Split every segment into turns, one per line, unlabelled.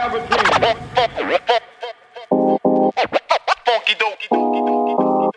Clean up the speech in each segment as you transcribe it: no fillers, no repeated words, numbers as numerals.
have a dream. Funky dope.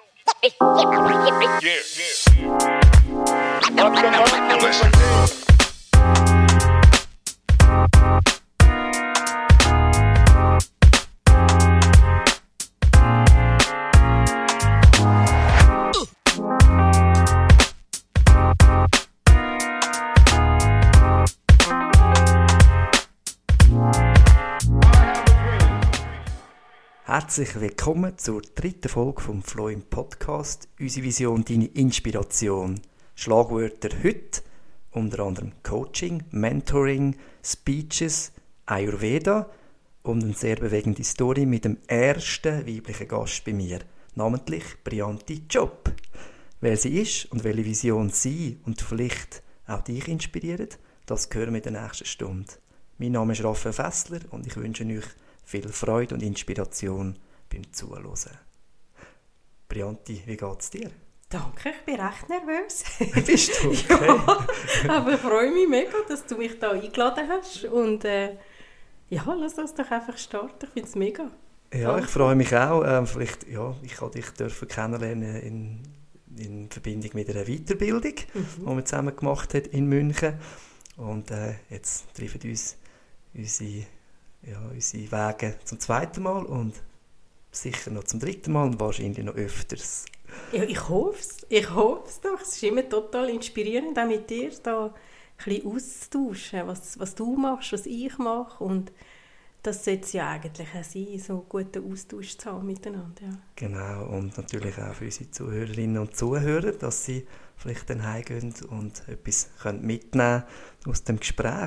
Herzlich willkommen zur dritten Folge vom Flow im Podcast. Unsere Vision, deine Inspiration. Schlagwörter heute, unter anderem Coaching, Mentoring, Speeches, Ayurveda und eine sehr bewegende Story mit dem ersten weiblichen Gast bei mir, namentlich Priyanti Chop. Wer sie ist und welche Vision sie und vielleicht auch dich inspiriert, das hören wir in der nächsten Stunde. Mein Name ist Raphael Fessler und ich wünsche euch viel Freude und Inspiration beim Zuhören. Priyanti, wie geht es dir?
Danke, ich bin recht nervös.
Bist du? Okay.
Ja, aber ich freue mich mega, dass du mich hier eingeladen hast. Und ja, lass uns doch einfach starten. Ich finde es mega.
Ja, ich freue mich auch. Vielleicht, ja, ich durfte dich kennenlernen in Verbindung mit einer Weiterbildung, die wir zusammen gemacht haben in München. Und jetzt treffen uns unsere Wege zum zweiten Mal und sicher noch zum dritten Mal und wahrscheinlich noch öfters.
Ja, ich hoffe es doch. Es ist immer total inspirierend, auch mit dir da ein bisschen auszutauschen, was du machst, was ich mache. Und das sollte es ja eigentlich auch sein, so einen guten Austausch zu haben miteinander. Ja.
Genau, und natürlich auch für unsere Zuhörerinnen und Zuhörer, dass sie vielleicht dann heimgehen und etwas mitnehmen aus dem Gespräch.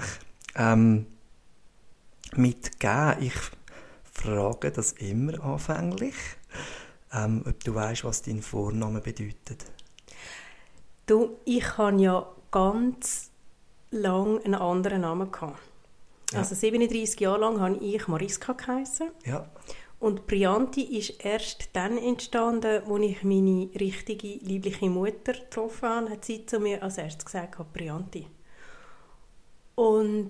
Mitgeben. Ich frage das immer anfänglich, ob du weißt, was dein Vorname bedeutet.
Du, ich hatte ja ganz lange einen anderen Namen gehabt.
Ja.
Also 37 Jahre lang habe ich Mariska geheissen.
Ja.
Und Priyanti ist erst dann entstanden, als ich meine richtige, liebliche Mutter getroffen habe, hat sie zu mir als erstes gesagt, Priyanti. Und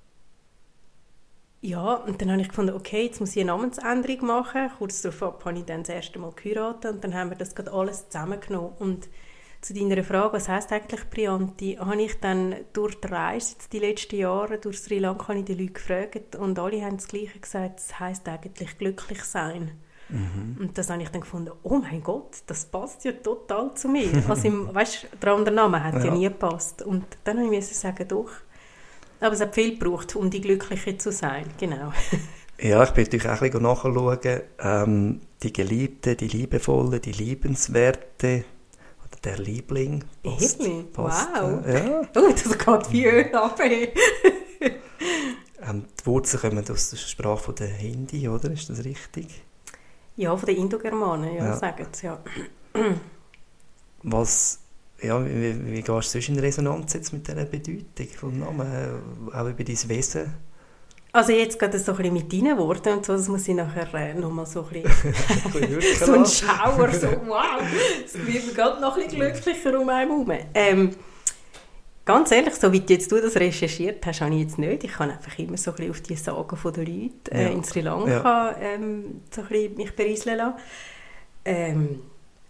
ja, und dann habe ich gefunden, okay, jetzt muss ich eine Namensänderung machen. Kurz darauf habe ich dann das erste Mal geheiratet und dann haben wir das gerade alles zusammengenommen. Und zu deiner Frage, was heisst eigentlich Priyanti, habe ich dann durch die Reise, die letzten Jahre, durch Sri Lanka, die Leute gefragt und alle haben das Gleiche gesagt, es heisst eigentlich glücklich sein. Und das habe ich dann gefunden, oh mein Gott, das passt ja total zu mir. Also, weißt, der andere Name hat ja nie gepasst. Und dann habe ich sagen, doch. Aber es hat viel gebraucht, um die Glückliche zu sein, genau.
Ja, ich bin natürlich auch ein bisschen nachschauen. Die Geliebte, die Liebevolle, die Liebenswerte oder der Liebling. Passt.
Wow.
Ja.
Oh, das geht wie Öl runter.
Die Wurzeln kommen aus der Sprache von der Hindi, oder? Ist das richtig?
Ja, von den Indogermanen, ja, sagen sie, ja.
Wie gehst du sonst in Resonanz jetzt mit dieser Bedeutung vom Namen, auch über dein Wesen?
Also jetzt geht es so ein bisschen mit deinen Worten und so, das muss ich nachher nochmal so ein bisschen so ein Schauer, so wow, es wird mir gerade noch ein bisschen glücklicher um einen herum. Ganz ehrlich, so wie jetzt du das recherchiert hast, habe ich jetzt nicht. Ich kann einfach immer so ein bisschen auf die Sagen der Leute in Sri Lanka so ein bisschen mich berieseln lassen.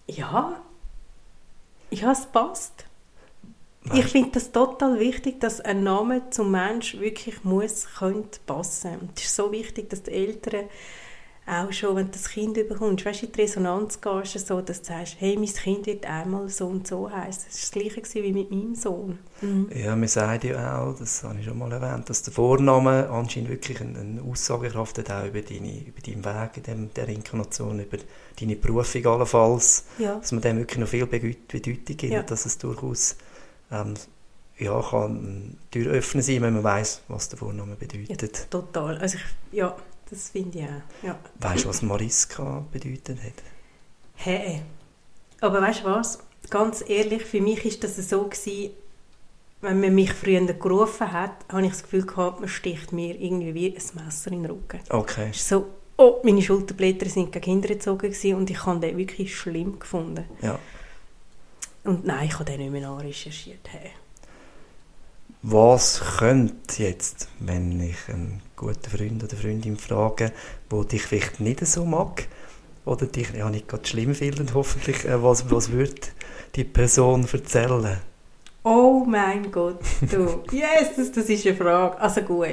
Ja, es passt. Weißt, ich finde das total wichtig, dass ein Name zum Mensch wirklich könnte passen. Und es ist so wichtig, dass die Eltern auch schon, wenn du das Kind bekommst, weißt, in die Resonanz gehst, so, dass du sagst, hey, mein Kind wird einmal so und so heißen. Das war das Gleiche wie mit meinem Sohn.
Ja, man sagt ja auch, das habe ich schon mal erwähnt, dass der Vorname anscheinend wirklich eine Aussagekraft hat, auch über deinen Weg in der Inkarnation, über deine Berufung allenfalls, dass man dem wirklich noch viel Bedeutung gibt, dass es durchaus kann Tür öffnen sein, wenn man weiss, was der Vorname bedeutet.
Ja, total. Also das finde ich auch. Ja.
Weißt du, was Mariska bedeutet hat?
Hey. Aber weißt du was? Ganz ehrlich, für mich war das so gewesen, wenn man mich früher gerufen hat, habe ich das Gefühl gehabt, man sticht mir irgendwie wie ein Messer in den Rücken.
Okay.
Es ist so, oh, meine Schulterblätter sind gegen hinten gezogen gewesen und ich habe den wirklich schlimm gefunden.
Ja.
Und nein, ich habe den nicht mehr nachrecherchiert. Hey.
Was könnte jetzt, wenn ich einen guten Freund oder Freundin frage, der dich vielleicht nicht so mag oder dich ja nicht gerade schlimm findet, hoffentlich, was würde die Person erzählen?
Oh mein Gott, du. Yes, das ist eine Frage. Also gut.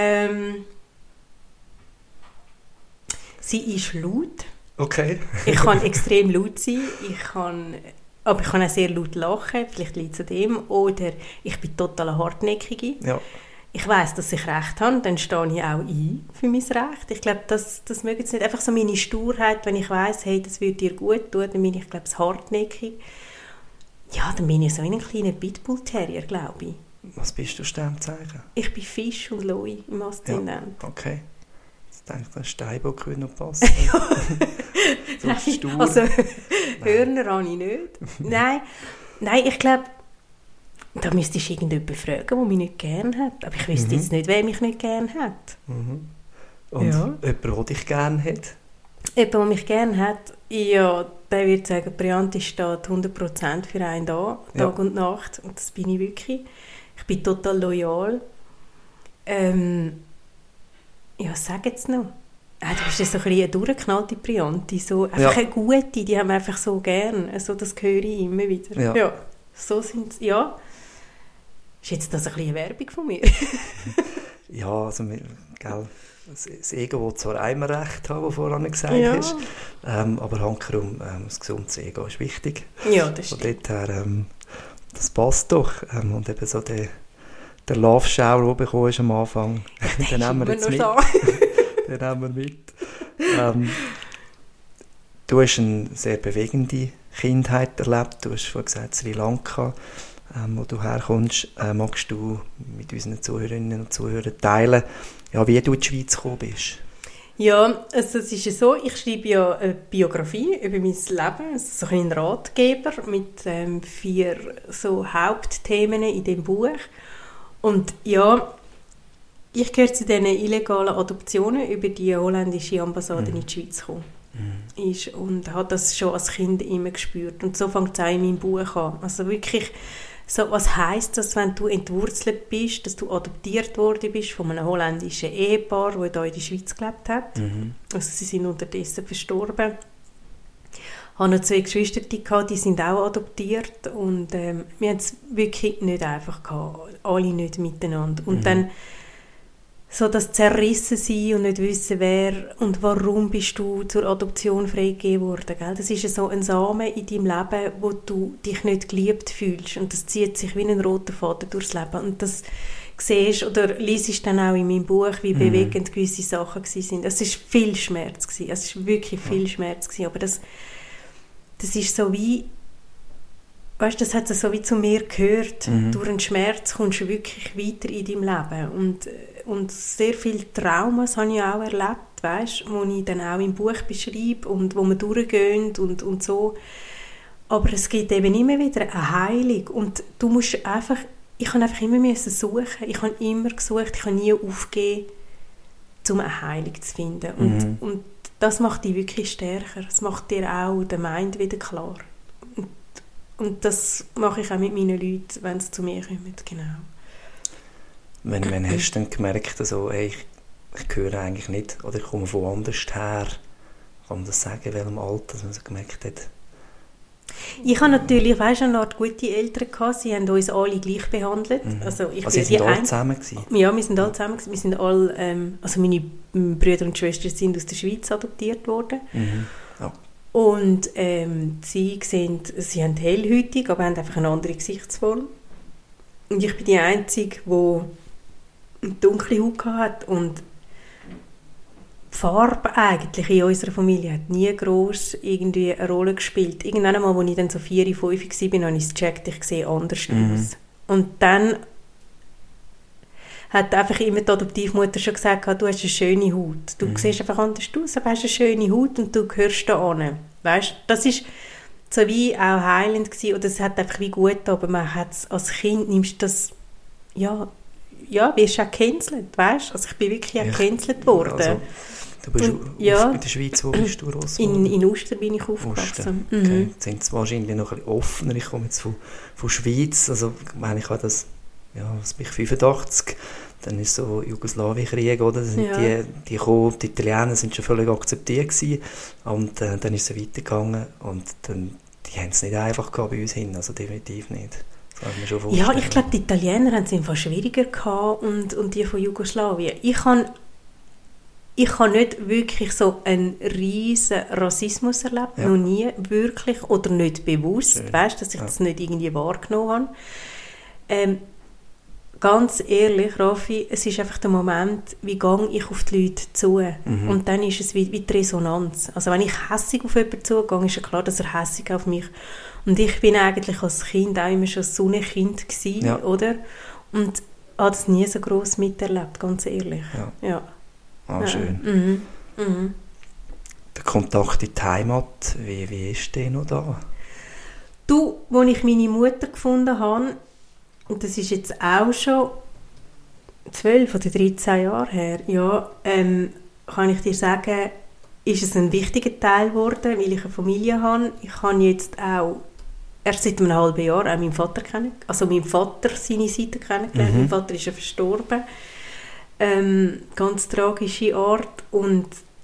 Sie ist laut.
Okay.
Ich kann extrem laut sein. Aber ich kann auch sehr laut lachen. Vielleicht liegt es an dem. Oder ich bin total hartnäckig.
Ja.
Ich weiss, dass ich Recht habe. Dann stehe ich auch ein für mein Recht. Ich glaube, das mögen sie nicht. Einfach so meine Sturheit, wenn ich weiss, hey, das würde dir gut tun, dann bin ich, glaube ich, hartnäckig. Ja, dann bin ich so wie ein kleiner Pitbull-Terrier, glaube ich.
Was bist du Sternzeichen?
Ich bin Fisch und Loi im Aszendent.
Ja, okay. Ich denke, der Steinbock würde noch passen. So stur.
Also, Hörner habe ich nicht. Nein, ich glaube, da müsstest du irgendjemanden fragen, der mich nicht gerne hat. Aber ich wüsste jetzt nicht, wer mich nicht gerne hat.
Mhm. Und
Ja.
jemand, der dich gerne hat?
Jemand, der mich gerne hat, ja, der würde sagen, Brianti steht 100% für einen da, Tag
Ja.
und Nacht. Und das bin ich wirklich. Ich bin total loyal. Ja, sag jetzt noch. Du bist ja so ein bisschen eine durchgeknallte Brianti. So, einfach eine gute, die haben wir einfach so gern. Also, das höre ich immer wieder.
Ja.
So sind sie. Ja. Ist jetzt das ein bisschen eine Werbung von mir?
Ja, also, gell, das Ego will zwar einmal recht haben, was du vorhin gesagt
Ja.
hast, aber hankerum, das gesunde Ego ist wichtig.
Ja, das
Von
stimmt.
dort her, das passt doch. Und eben so der Love-Shower, den du bekommst am Anfang, den nehmen wir jetzt mit. Den nehmen wir mit. Du hast eine sehr bewegende Kindheit erlebt. Du hast vorhin gesagt, Sri Lanka, wo du herkommst. Magst du mit unseren Zuhörerinnen und Zuhörern teilen, ja, wie du in die Schweiz gekommen bist?
Ja, also es ist ja so, ich schreibe ja eine Biografie über mein Leben, also so ein Ratgeber mit 4 so Hauptthemen in dem Buch. Und ja, ich gehöre zu diesen illegalen Adoptionen über die holländische Ambassade in die Schweiz gekommen. Und habe das schon als Kind immer gespürt. Und so fängt es auch in meinem Buch an. Also wirklich, so, was heisst das, wenn du entwurzelt bist, dass du adoptiert worden bist von einem holländischen Ehepaar, das hier in der Schweiz gelebt hat. Also sie sind unterdessen verstorben. Ich hatte noch 2 Geschwister, die sind auch adoptiert. Und wir haben es wirklich nicht einfach gehabt. Alle nicht miteinander. Und dann so das Zerrissensein und nicht wissen, wer und warum bist du zur Adoption freigegeben worden. Gell? Das ist so ein Samen in deinem Leben, wo du dich nicht geliebt fühlst. Und das zieht sich wie ein roter Faden durchs Leben. Und das siehst oder liest dann auch in meinem Buch, wie bewegend gewisse Sachen waren. Es war viel Schmerz. Es war wirklich viel Schmerz. Aber das ist so wie, weißt, das hat so wie zu mir gehört. Durch den Schmerz kommst du wirklich weiter in deinem Leben. Und sehr viele Traumas habe ich auch erlebt, weißt, wo ich dann auch im Buch beschreibe und wo wir durchgehen und so. Aber es gibt eben immer wieder eine Heilung. Und du musst einfach, ich habe einfach immer suchen. Ich habe immer gesucht, ich habe nie aufgegeben, um eine Heilung zu finden. Und das macht dich wirklich stärker. Das macht dir auch den Mind wieder klar. Und das mache ich auch mit meinen Leuten, wenn sie zu mir kommen. Genau.
Wann hast du dann gemerkt, also, hey, ich gehöre eigentlich nicht, oder ich komme von woanders her? Kann man das sagen, in welchem Alter, dass man so gemerkt hat?
Ich habe natürlich, weißt, eine Art gute Eltern gehabt. Sie haben uns alle gleich behandelt. Also
Sie sind alle zusammen gewesen?
Ja, wir sind alle zusammen gewesen. Wir sind alle, also meine Brüder und Schwestern sind aus der Schweiz adoptiert worden.
Ja.
Und sie haben hellhäutig, aber haben einfach eine andere Gesichtsform. Und ich bin die Einzige, die eine dunkle Haut hatte. Und die Farbe eigentlich in unserer Familie hat nie gross irgendwie eine Rolle gespielt. Irgendwann einmal, als ich dann so 4, 5 war, habe ich es gecheckt, ich sehe anders aus. Und dann hat einfach immer die Adoptivmutter schon gesagt, du hast eine schöne Haut. Du siehst einfach anders aus, aber hast eine schöne Haut und du gehörst da an. Weißt, das ist so wie auch heilend gewesen, oder es hat einfach wie gut, aber man hat es als Kind, nimmst das, wirst du auch gecancelt, weißt? Also ich bin wirklich auch gecancelt worden.
Also, du bist in der Schweiz, wo bist du gross geworden?
In Uster bin ich aufgewachsen.
Okay. Jetzt sind es wahrscheinlich noch ein bisschen offener. Ich komme jetzt von Schweiz, also ich meine, ich habe das was bin ich, 85, dann ist so Jugoslawienkrieg, oder? Da sind
Ja.
die gekommen, die Italiener sind schon völlig akzeptiert gewesen, und dann ist es weitergegangen und dann, die haben es nicht einfach gehabt bei uns hin, also definitiv nicht. Das kann ich mir schon vorstellen.
Ja, ich glaube, die Italiener haben es einfach schwieriger gehabt und die von Jugoslawien. Ich habe nicht wirklich so einen riesen Rassismus erlebt,
Ja.
noch nie wirklich, oder nicht bewusst,
Schön.
weißt, dass ich
Ja.
das nicht irgendwie wahrgenommen habe. Ganz ehrlich, Raffi, es ist einfach der Moment, wie gehe ich auf die Leute zu. Und dann ist es wie die Resonanz. Also wenn ich hässig auf jemanden zugehe, ist ja klar, dass er hässig auf mich. Und ich bin eigentlich als Kind auch immer schon so ein Kind gewesen,
Ja.
oder? Und habe das nie so gross miterlebt, ganz ehrlich. Ja.
Ah, schön.
Mhm. Mhm.
Der Kontakt in die Heimat, wie ist der noch da?
Du, als ich meine Mutter gefunden habe, und das ist jetzt auch schon 12 oder 13 Jahre her, ja, kann ich dir sagen, ist es ein wichtiger Teil geworden, weil ich eine Familie habe. Ich habe jetzt auch erst seit einem halben Jahr auch meinen Vater kennengelernt, also meinen Vater seine Seite kennengelernt. Mein Vater ist ja verstorben. Ganz tragische Art. Und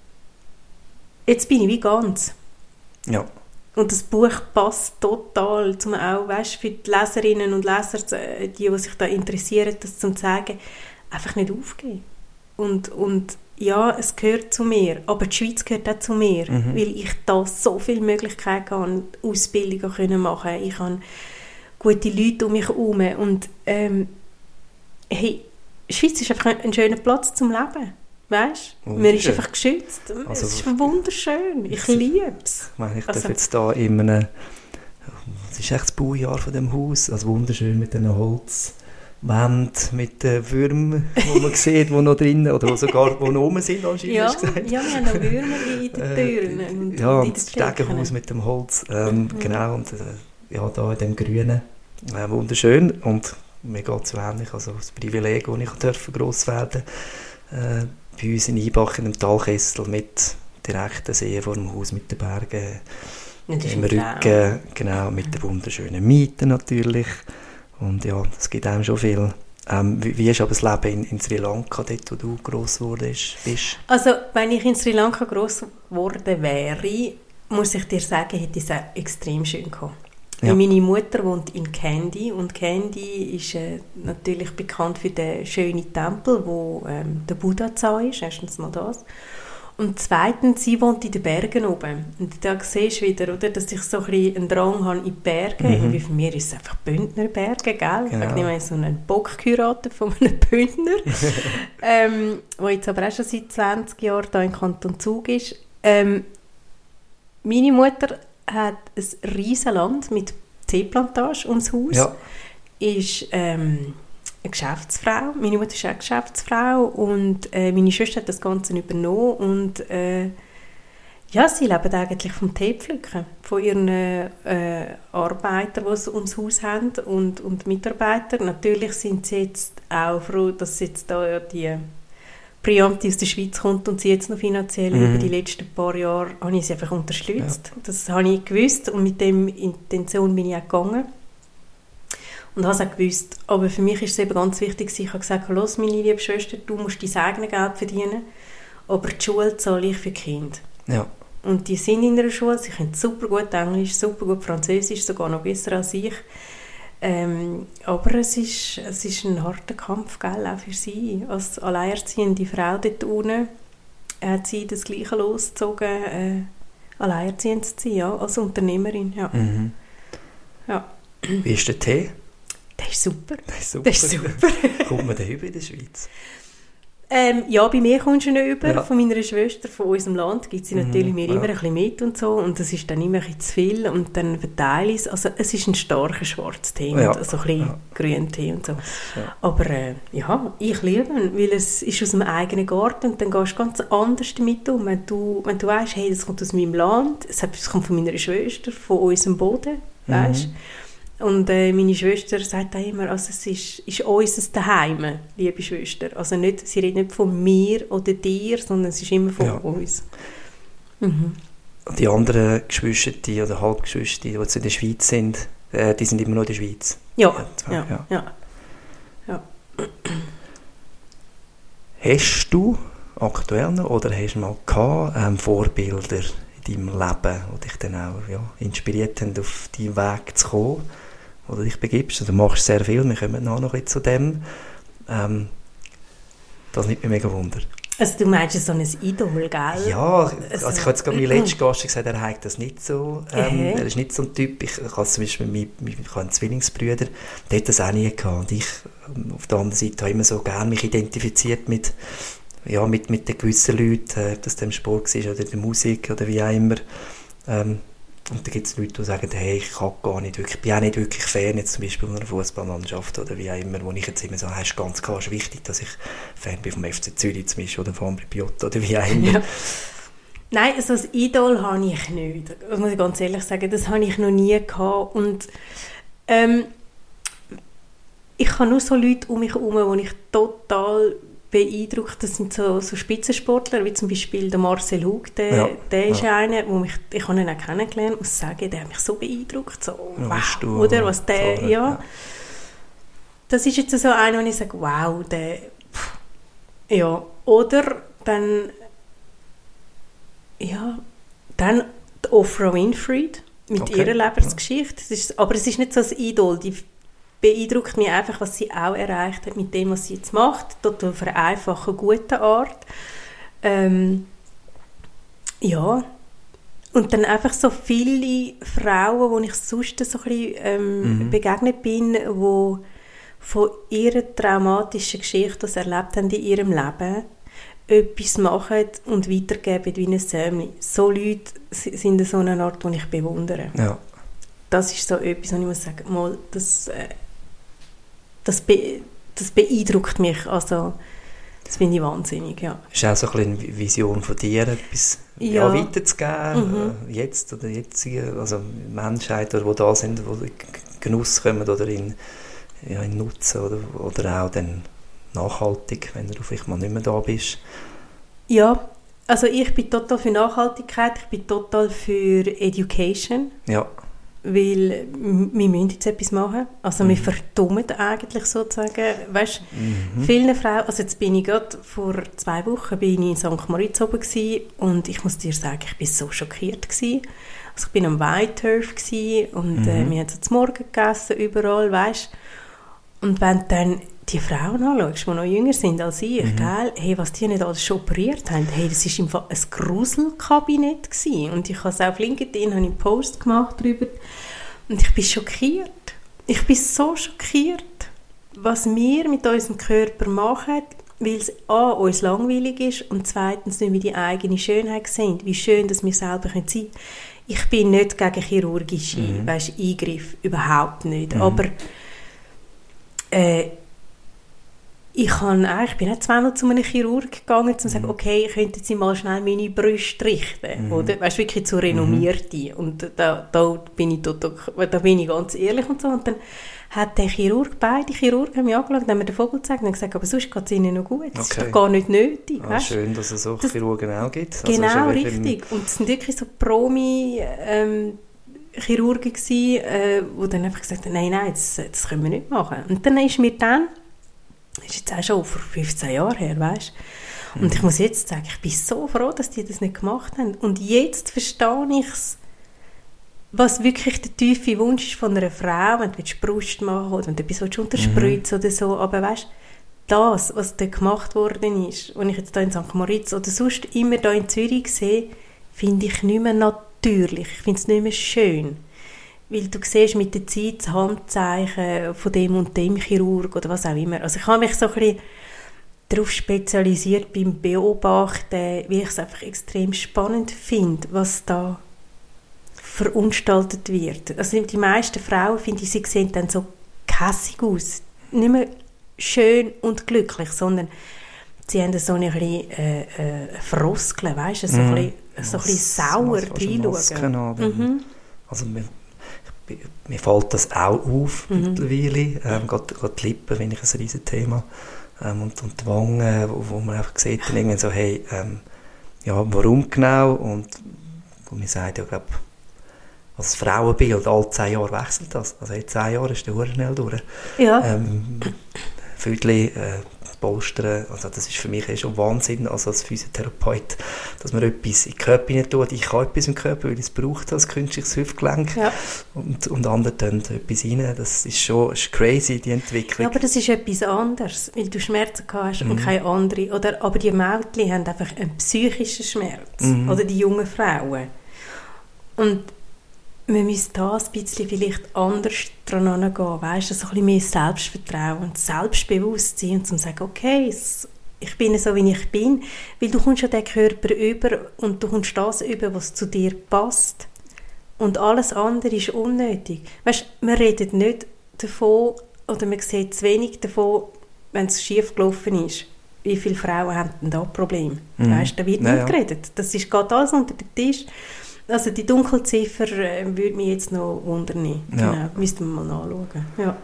jetzt bin ich wie ganz.
Ja.
Und das Buch passt total, zum auch, weißt, für die Leserinnen und Leser, die sich da interessieren, das zu sagen, einfach nicht aufgeben. Und ja, es gehört zu mir, aber die Schweiz gehört auch zu mir, weil ich da so viele Möglichkeiten habe, Ausbildungen machen können. Ich habe gute Leute um mich herum. Und hey, die Schweiz ist einfach ein schöner Platz zum Leben. Weißt du? Man ist einfach geschützt.
Also,
es ist wunderschön. Ich liebe es.
Ich meine, ich darf jetzt da in einem, was ist echt das Baujahr von dem Haus, also wunderschön mit den Holzwänden, mit den Würmern, die man sieht, die noch drinnen, oder wo sogar wo noch rum sind, anscheinend,
Ja,
hast du gesagt.
ja, wir haben noch Würmer in den Türen. Und
Ja,
in
und das Stegenhaus mit dem Holz, genau, und ja, da in dem Grünen, wunderschön, und mir geht es so ähnlich, also das Privileg, das ich durfte gross werden, bei uns in Ibach in einem Talkessel mit direkten See vor dem Haus, mit den Bergen im Rücken, genau, mit den wunderschönen Mieten natürlich, und ja, das gibt einem schon viel. Wie ist aber das Leben in Sri Lanka, dort wo du gross geworden bist?
Also, wenn ich in Sri Lanka gross geworden wäre, muss ich dir sagen, hätte ich es auch extrem schön gehabt.
Ja.
Meine Mutter wohnt in Kandy und Kandy ist natürlich bekannt für den schönen Tempel, wo der Buddha ist, erstens mal das. Und zweitens, sie wohnt in den Bergen oben. Und da siehst du wieder, oder, dass ich so ein bisschen einen Drang habe in die Berge. Irgendwie für mich ist es einfach Bündnerberge, gell?
Genau.
Ich habe so einen Bock geheiratet von einem Bündner, der jetzt aber auch schon seit 20 Jahren hier im Kanton Zug ist. Meine Mutter hat ein riesen Land mit Teeplantage ums Haus.
Ja.
Ist eine Geschäftsfrau. Meine Mutter ist auch Geschäftsfrau und meine Schwester hat das Ganze übernommen und ja, sie leben eigentlich vom Teepflücken, von ihren Arbeitern, die sie ums Haus haben und Mitarbeiter. Natürlich sind sie jetzt auch froh, dass jetzt da die Prianti aus der Schweiz kommt und sie jetzt noch finanziell über die letzten paar Jahre habe ich sie einfach unterstützt. Ja. Das habe ich gewusst und mit dem Intention bin ich auch gegangen und habe es auch gewusst. Aber für mich ist es eben ganz wichtig, ich habe gesagt, los, meine liebe Schwester, du musst dein eigenes Geld verdienen, aber die Schule zahle ich für die Kinder.
Ja.
Und die sind in einer Schule, sie können super gut Englisch, super gut Französisch, sogar noch besser als ich. Aber es ist ein harter Kampf, gell, auch für sie. Als alleinerziehende Frau dort unten hat sie das Gleiche losgezogen, alleinerziehend zu sein, ja, als Unternehmerin. Ja. Ja.
Wie ist der Tee?
Der ist super.
Der ist super. Kommt man den über in der Schweiz?
Ja, bei mir kommst du nicht über.
Ja.
Von meiner Schwester, von unserem Land, gibt sie natürlich mir immer ein bisschen mit und so. Und das ist dann immer ein bisschen zu viel. Und dann verteile ich es. Also es ist ein starker Schwarztee
Ja.
und so ein bisschen Grüntee und so.
Ja.
Aber ja, ich liebe ihn, weil es ist aus dem eigenen Garten und dann gehst du ganz anders damit um. Wenn du weißt, hey, das kommt aus meinem Land, es kommt von meiner Schwester, von unserem Boden, weißt. Und meine Schwester sagt auch immer, also es ist unser Daheim, liebe Schwester. Also nicht, sie redet nicht von mir oder dir, sondern es ist immer von uns.
Die anderen Geschwister oder Halbgeschwister, die in der Schweiz sind, die sind immer noch in der Schweiz?
Ja.
Hast du aktuell noch oder hast du mal gehabt, Vorbilder in deinem Leben, die dich dann auch inspiriert haben, auf deinen Weg zu kommen, wo du dich begibst? Du machst sehr viel, wir kommen noch ein bisschen zu dem. Das nimmt mich mega Wunder.
Also du meinst so ein Idol, gell?
Ja, also ich habe jetzt gerade meinen letzten Gast gesagt, er hat das nicht so. Er ist nicht so ein Typ. Ich habe zum Beispiel einen Zwillingsbrüder, der hat das auch nie gehabt. Und ich auf der anderen Seite habe immer so gerne mich identifiziert mit den gewissen Leuten, ob das dem Sport war oder der Musik oder wie auch immer. Und da gibt es Leute, die sagen, hey, ich bin auch nicht wirklich Fan jetzt zum Beispiel einer Fußballmannschaft oder wie auch immer, wo ich jetzt immer so, ist ganz klar, ist wichtig, dass ich Fan bin vom FC Zürich zum Beispiel oder von Ambri Piotta oder wie auch immer.
Ja. Nein, so ein Idol habe ich nicht. Das muss ich ganz ehrlich sagen, das habe ich noch nie gehabt. Und ich habe nur so Leute um mich herum, die ich total beeindruckt. Das sind so Spitzensportler, wie zum Beispiel der Marcel Hug, der ist einer, ich habe ihn auch kennengelernt, muss sagen, der hat mich so beeindruckt. So, wow, oder was der, so, ja. Das ist jetzt so einer, wo ich sage, wow, der, ja. Oder dann die Oprah Winfrey mit ihrer Lebensgeschichte. Aber es ist nicht so ein Idol, die beeindruckt mich einfach, was sie auch erreicht hat mit dem, was sie jetzt macht, dort auf eine einfache, gute Art. Und dann einfach so viele Frauen, wo ich sonst so ein bisschen begegnet bin, die von ihrer traumatischen Geschichte, die sie erlebt haben in ihrem Leben, etwas machen und weitergeben wie ein Sämli. So Leute sind so eine Art, die ich bewundere. Ja. Das ist so etwas, wo ich muss sagen, mal, das beeindruckt mich, also das finde ich wahnsinnig, ja.
Ist auch so ein bisschen eine Vision von dir, etwas weiterzugeben, jetzt oder jetzige, also Menschheit, oder die da sind, die in Genuss kommen oder in Nutzen oder auch dann nachhaltig, wenn du vielleicht mal nicht mehr da bist?
Ja, also ich bin total für Nachhaltigkeit, ich bin total für Education. Ja. Weil wir müssen jetzt etwas machen. Also wir verdummen eigentlich sozusagen. Weißt, viele Frauen, also jetzt bin ich gerade vor 2 Wochen bin ich in St. Moritz oben gewesen, und ich muss dir sagen, ich war so schockiert gewesen. Also ich bin am White-Turf gewesen, und wir haben so zum Morgen gegessen, überall, weißt. Und wenn dann die Frauen anschaust, die noch jünger sind als ich, gell? Hey, was die nicht alles schon operiert haben, hey, das war im Fall ein Gruselkabinett gewesen. Und ich habe es auf LinkedIn einen Post gemacht darüber, und ich bin schockiert. Ich bin so schockiert, was wir mit unserem Körper machen, weil es A, uns langweilig ist und zweitens nicht mehr die eigene Schönheit sehen, wie schön, dass wir selber sein können. Ich bin nicht gegen chirurgische Eingriffe, überhaupt nicht, aber ich bin auch zweimal zu einem Chirurg gegangen, um zu sagen, okay, könnten Sie mal schnell meine Brüste richten, oder? Weißt du, wirklich zu renommierte. Und da bin ich ganz ehrlich und so. Und dann hat beide Chirurgen haben mich angeschaut und haben mir den Vogel gezeigt und gesagt, aber sonst geht es Ihnen noch gut. Das ist doch gar nicht nötig. Weißt?
Schön, dass es so Chirurgen auch gibt.
Genau, also richtig. Und es sind wirklich so Chirurgen gewesen, die dann einfach gesagt haben, nein, das können wir nicht machen. Und dann ist mir das ist jetzt auch schon vor 15 Jahren her, weißt? Und ich muss jetzt sagen, ich bin so froh, dass die das nicht gemacht haben. Und jetzt verstehe ich es, was wirklich der tiefe Wunsch ist von einer Frau, wenn du Brust machen willst, wenn du etwas unterspritzen oder so. Aber weißt, das, was dort gemacht worden ist, wenn ich jetzt hier in St. Moritz oder sonst immer hier in Zürich sehe, finde ich nicht mehr natürlich. Ich finde es nicht mehr schön. Weil du siehst mit der Zeit das Handzeichen von dem und dem Chirurg oder was auch immer. Also ich habe mich so ein bisschen darauf spezialisiert beim Beobachten, wie ich es einfach extrem spannend finde, was da verunstaltet wird. Also die meisten Frauen, finde ich, sie sehen dann so kässig aus. Nicht mehr schön und glücklich, sondern sie haben so ein bisschen Froskeln, weißt du, so ein bisschen sauer reinschauen.
Also mir fällt das auch auf mittlerweile. Gerade die Lippen finde ich ein riesen Thema. Und die Wangen, wo man einfach sieht, dann irgendwie so, hey, warum genau? Und wo man sagt, ja, glaube, als Frauenbild, alle 10 Jahre wechselt das. Also in 10 Jahren ist der Hurenell durch. Ja. Vögel polstern. Also das ist für mich schon Wahnsinn, also als Physiotherapeut, dass man etwas in den Körper hinein tut. Ich habe etwas im Körper, weil ich es brauche, als künstliches Hüftgelenk. Ja. Und andere tun etwas rein. Das ist crazy, die Entwicklung.
Ja, aber das ist etwas anderes, weil du Schmerzen hast und keine andere. Aber die Mädchen haben einfach einen psychischen Schmerz. Oder die jungen Frauen. Und man müsste da ein bisschen vielleicht anders dran angehen, weißt du, so ein bisschen mehr Selbstvertrauen und Selbstbewusstsein und zu sagen, okay, ich bin so, wie ich bin, weil du kommst ja den Körper über und du kommst das über, was zu dir passt und alles andere ist unnötig. Weißt du, man redet nicht davon oder man sieht zu wenig davon, wenn es schief gelaufen ist. Wie viele Frauen haben denn da Probleme? Weißt du, da wird nicht geredet. Das geht alles unter den Tisch. Also die Dunkelziffer würde mich jetzt noch wundern. Ja. Genau, müssten wir mal nachschauen. Ja,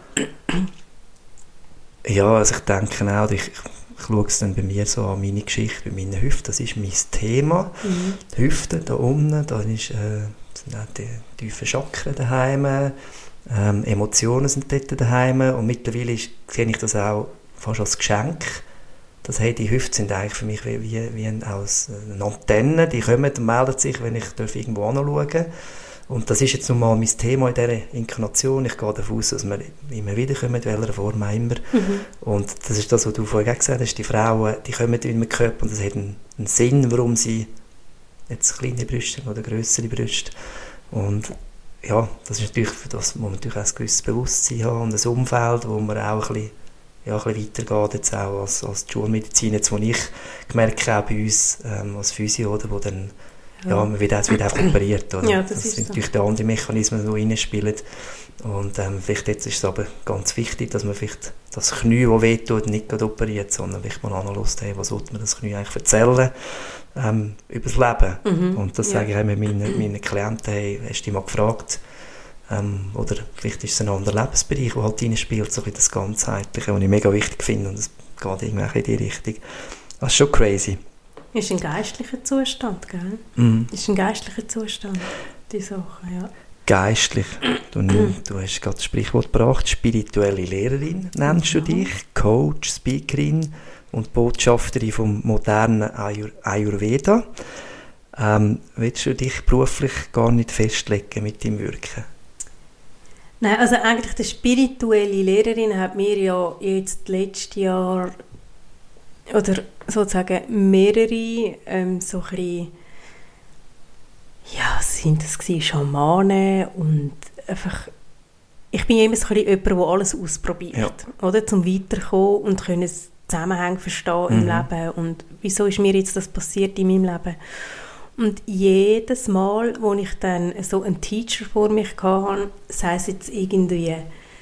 ja, also ich denke auch, ich schaue es dann bei mir so an meine Geschichte, bei meinen Hüften, das ist mein Thema. Die Hüfte, da unten, da sind auch die tiefen Chakren daheim, Emotionen sind dort daheim und mittlerweile sehe ich das auch fast als Geschenk. Das hey, die Hüfte sind eigentlich für mich wie eine Antenne, die kommen und melden sich, wenn ich irgendwo hinschaue. Und das ist jetzt nun mal mein Thema in dieser Inkarnation. Ich gehe davon aus, dass wir immer wieder kommen, in welcher Form auch immer. Und das ist das, was du vorhin gesagt hast, die Frauen, die kommen in den Körper und das hat einen Sinn, warum sie jetzt kleine Brüste oder grössere Brüste. Und ja, das ist natürlich, für das muss man natürlich auch ein gewisses Bewusstsein haben und ein Umfeld, wo man auch ein bisschen weitergeht, jetzt auch als die Schulmedizin, jetzt, wo ich gemerkt habe, bei uns als Physio, oder, wo dann, man wird einfach operiert. Oder?
Ja,
das sind
so.
natürlich die anderen Mechanismen, die reinspielen. Und vielleicht jetzt ist es aber ganz wichtig, dass man vielleicht das Knie, das wehtut, nicht gerade operiert, sondern vielleicht mal analysiert, hey, was sollte man das Knie eigentlich erzählen über das Leben. Und das sage ich auch meinen Klienten, hey, hast du dich mal gefragt, oder vielleicht ist es ein anderer Lebensbereich, der halt reinspielt, so ein das Ganzheitliche, was ich mega wichtig finde, und es geht irgendwie in die Richtung. Das ist schon crazy.
Ist ein geistlicher Zustand, gell? Ist ein geistlicher Zustand, die Sache, ja.
Geistlich. Du hast gerade das Sprichwort gebracht, spirituelle Lehrerin nennst du dich, Coach, Speakerin und Botschafterin vom modernen Ayurveda. Willst du dich beruflich gar nicht festlegen mit deinem Wirken?
Nein, also eigentlich die spirituelle Lehrerin hat mir ja jetzt letztes Jahr oder sozusagen mehrere so ein bisschen, ja, sind das gewesen, Schamanen und einfach, ich bin immer so ein bisschen jemand, der alles ausprobiert, oder, zum Weiterkommen und können Zusammenhänge verstehen im Leben und wieso ist mir jetzt das passiert in meinem Leben. Und jedes Mal, wo ich dann so einen Teacher vor mich hatte, sei es jetzt irgendwie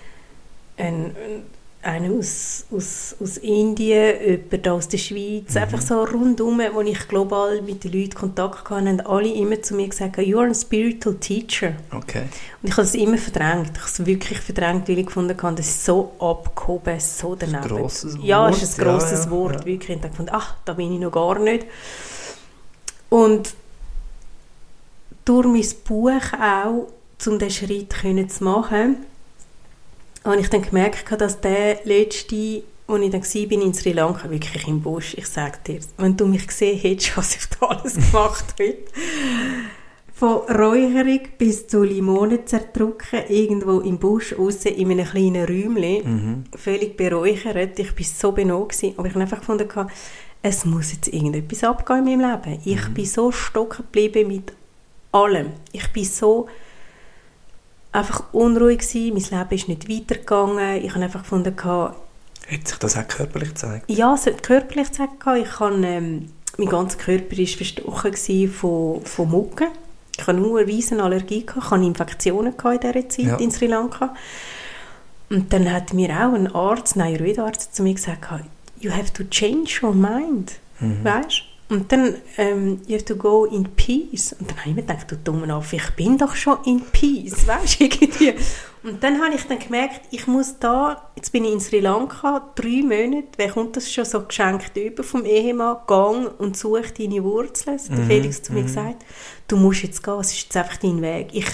einer aus Indien, jemand aus der Schweiz, einfach so rundum, wo ich global mit den Leuten Kontakt hatte, haben alle immer zu mir gesagt, «You are a spiritual teacher.»
Okay.
Und ich habe es immer verdrängt. Ich habe es wirklich verdrängt, weil ich gefunden habe, das ist so abgehoben, so daneben.
Das ist ein grosses Wort.
Ja, es ist ein grosses Wort, wirklich. Und ich dachte, da bin ich noch gar nicht. Und durch mein Buch auch, um diesen Schritt zu machen, habe ich dann gemerkt, dass der letzte, wo ich dann war in Sri Lanka, wirklich im Busch, ich sage dir, wenn du mich gesehen hättest, was ich da alles gemacht habe, von Räucherung bis zu Limonen zerdrücken, irgendwo im Busch, aussen in einem kleinen Räumchen, völlig beräuchert. Ich war so benannt, aber ich habe einfach gefunden, es muss jetzt irgendetwas abgehen in meinem Leben. Ich bin so stocken geblieben mit allem. Ich bin so einfach unruhig gewesen. Mein Leben ist nicht weitergegangen. Ich habe einfach gefunden,
hat sich das auch körperlich gezeigt?
Ja, es hat körperlich gezeigt. Mein ganzer Körper war verstochen von Mucken. Ich hatte nur eine riesen Allergie. Ich hatte Infektionen in dieser Zeit in Sri Lanka. Und dann hat mir auch ein Arzt, ein Ayurveda-Arzt, zu mir gesagt, «You have to change your mind.» Weißt? Und dann, «You have to go in peace.» Und dann habe ich mir gedacht, du dummer Affe, ich bin doch schon in peace, weißt du, irgendwie. Und dann habe ich dann gemerkt, ich muss jetzt bin ich in Sri Lanka, 3 Monate, wer kommt das schon so geschenkt über vom Ehemann, gang und such deine Wurzeln. Das hat der Felix zu mir gesagt, du musst jetzt gehen, es ist jetzt einfach dein Weg.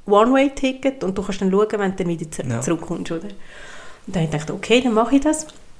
One-Way-Ticket und du kannst dann schauen, wenn du dann wieder zurückkommst, oder? Und dann habe ich gedacht, okay, dann mache ich das.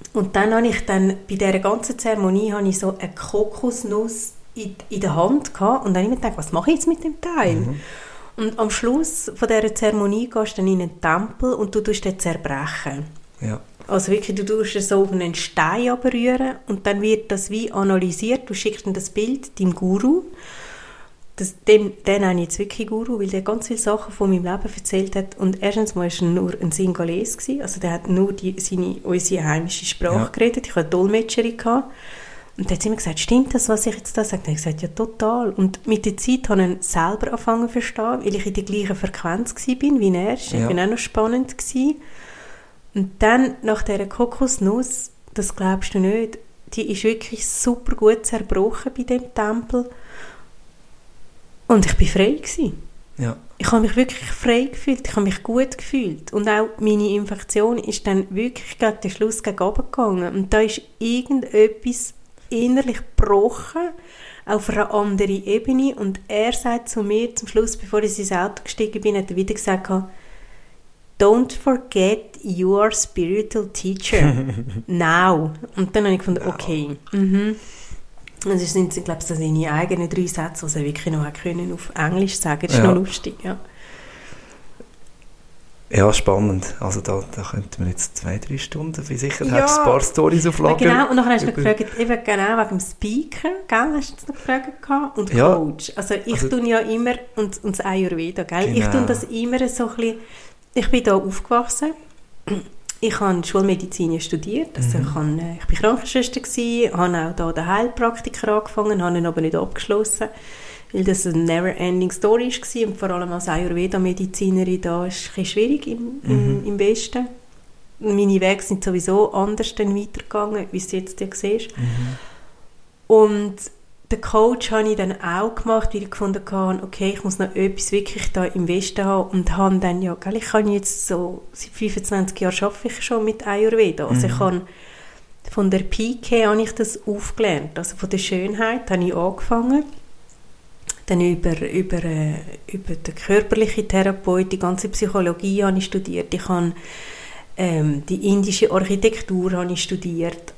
Und dann habe ich bei dieser ganzen Zeremonie habe ich so eine Kokosnuss in der Hand gehabt und dann habe ich mir gedacht, was mache ich jetzt mit dem Teil? Und am Schluss von dieser Zeremonie gehst du dann in einen Tempel und du tust den zerbrechen.
Ja.
Also wirklich, du tust es so auf einen Stein abrühren und dann wird das wie analysiert. Du schickst dann das Bild deinem Guru. Den habe ich jetzt wirklich Guru, weil der ganz viele Sachen von meinem Leben erzählt hat. Und erstens mal war er nur ein Singales gewesen. Also der hat nur unsere heimische Sprache geredet. Ich hatte eine Dolmetscherin gehabt. Und dann hat sie mir gesagt, stimmt das, was ich jetzt da sage? Und ich habe gesagt, ja, total. Und mit der Zeit habe ich ihn selber angefangen zu verstehen, weil ich in der gleichen Frequenz war wie er. Das war auch noch spannend gewesen. Und dann, nach dieser Kokosnuss, das glaubst du nicht, die ist wirklich super gut zerbrochen bei dem Tempel. Und ich war frei gewesen.
Ja.
Ich habe mich wirklich frei gefühlt, ich habe mich gut gefühlt. Und auch meine Infektion ist dann wirklich gegen den Schluss gegen oben gegangen. Und da ist irgendetwas innerlich gebrochen, auf einer anderen Ebene. Und er sagt zu mir zum Schluss, bevor ich ins Auto gestiegen bin, hat er wieder gesagt, «Don't forget your spiritual teacher. Now.» Und dann habe ich gefunden, okay. Das sind, glaube ich, seine eigenen 3 Sätze, die er wirklich noch können auf Englisch sagen. Das ist noch lustig, ja.
Ja, spannend. Also da könnten wir jetzt 2-3 Stunden, wie sicher hast du ein paar Storys auf Lager.
Genau, und dann hast du noch gefragt, eben genau wegen dem Speaker, gell, hast du jetzt noch gefragt gehabt? Und Coach. Also ich tue ja immer, und das Ayurveda, gell? Genau. Ich tue das immer so ein bisschen, ich bin da aufgewachsen, ich habe Schulmedizin studiert, also ich war Krankenschwester, habe auch da den Heilpraktiker angefangen, habe ihn aber nicht abgeschlossen, weil das eine never-ending Story war und vor allem als Ayurveda-Medizinerin da ist es ein bisschen schwierig im Westen. Meine Wege sind sowieso anders dann weitergegangen, wie du jetzt ja siehst. Und den Coach habe ich dann auch gemacht, weil ich gefunden habe, okay, ich muss noch etwas wirklich da im Westen haben und habe dann ich kann jetzt so, seit 25 Jahren arbeite ich schon mit Ayurveda. Also ich habe von der Pike habe ich das aufgelernt, also von der Schönheit habe ich angefangen, dann über die körperliche Therapie, die ganze Psychologie habe ich studiert, ich habe die indische Architektur habe ich studiert,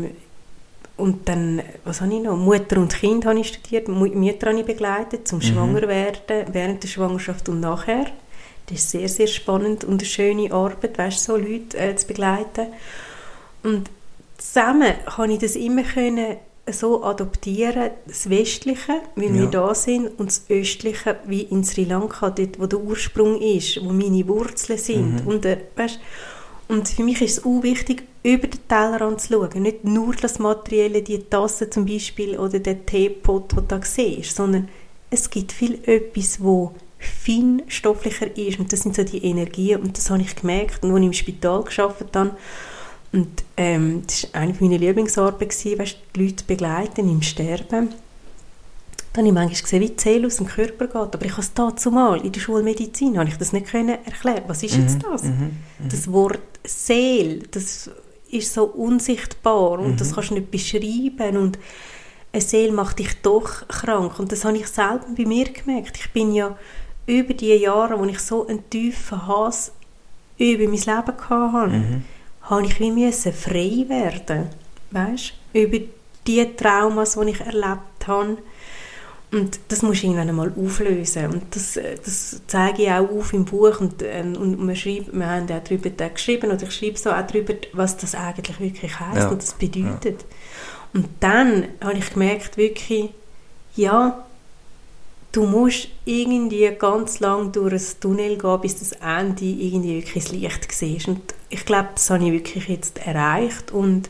und dann, was habe ich noch? Mutter und Kind habe ich studiert, Mütter habe ich begleitet, zum Schwangerwerden, während der Schwangerschaft und nachher. Das ist sehr, sehr spannend und eine schöne Arbeit, weißt, so Leute zu begleiten. Und zusammen kann ich das immer können so adoptieren, das Westliche, wie wir da sind, und das Östliche, wie in Sri Lanka, dort, wo der Ursprung ist, wo meine Wurzeln sind. Und, weißt, und für mich ist es auch wichtig, über den Tellerrand zu schauen. Nicht nur das Materielle, die Tasse zum Beispiel oder der Teepot, den du da siehst, sondern es gibt viel etwas, das feinstofflicher ist. Und das sind so die Energien. Und das habe ich gemerkt, und als ich im Spital gearbeitet habe. Und das war eine meiner Lieblingsarbeiten, weißt, die Leute begleiten im Sterben. Dann habe ich manchmal gesehen, wie die Seele aus dem Körper geht. Aber ich habe es dazu mal in der Schulmedizin habe ich das nicht erklären. Was ist jetzt das? Das Wort Seele, das ist so unsichtbar und das kannst du nicht beschreiben. Und eine Seele macht dich doch krank. Und das habe ich selber bei mir gemerkt. Ich bin ja über die Jahre, wo ich so einen tiefen Hass über mein Leben hatte, habe ich wie müssen frei werden. Weißt? Über die Traumas, die ich erlebt habe. Und das musst du irgendwann einmal auflösen. Und das zeige ich auch auf im Buch. Und wir haben auch darüber geschrieben, oder ich schreibe so auch darüber, was das eigentlich wirklich heisst und das bedeutet. Ja. Und dann habe ich gemerkt, wirklich, du musst irgendwie ganz lang durch ein Tunnel gehen, bis das Ende irgendwie wirklich das Licht siehst. Und ich glaube, das habe ich wirklich jetzt erreicht. Und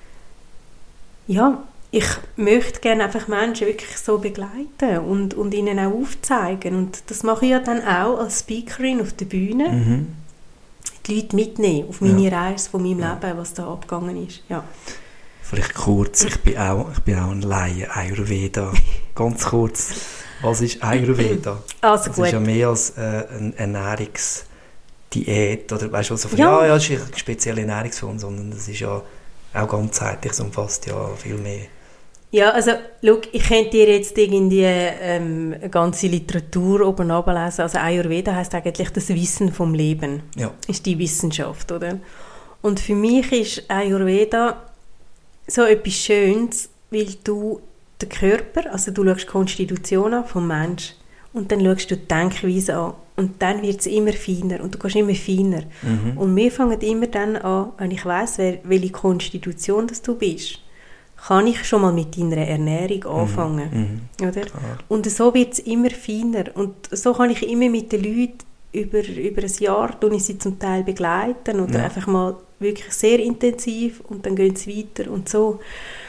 ich möchte gerne einfach Menschen wirklich so begleiten und ihnen auch aufzeigen. Und das mache ich ja dann auch als Speakerin auf der Bühne. Die Leute mitnehmen auf meine Reise von meinem Leben, was da abgegangen ist. Ja.
Vielleicht kurz, ich bin auch ein Laie, Ayurveda. Ganz kurz, was ist Ayurveda?
Also
das ist ja mehr als eine Ernährungsdiät. Oder weißt du, es ist eine spezielle Ernährungsform, sondern das ist ja auch ganzheitlich, es umfasst ja viel mehr.
Ja, also, schau, ich könnte dir jetzt irgendwie eine ganze Literatur oben runterlesen. Also Ayurveda heisst eigentlich das Wissen vom Leben. Ja. Ist die Wissenschaft, oder? Und für mich ist Ayurveda so etwas Schönes, weil du den Körper, also du schaust die Konstitution an vom Menschen und dann schaust du die Denkweise an und dann wird es immer feiner und du gehst immer feiner. Und wir fangen immer dann an, wenn ich weiss, welche Konstitution das du bist, kann ich schon mal mit deiner Ernährung anfangen. Oder? Und so wird es immer feiner. Und so kann ich immer mit den Leuten über ein Jahr ich sie zum Teil begleiten oder einfach mal wirklich sehr intensiv und dann gehen sie weiter und so.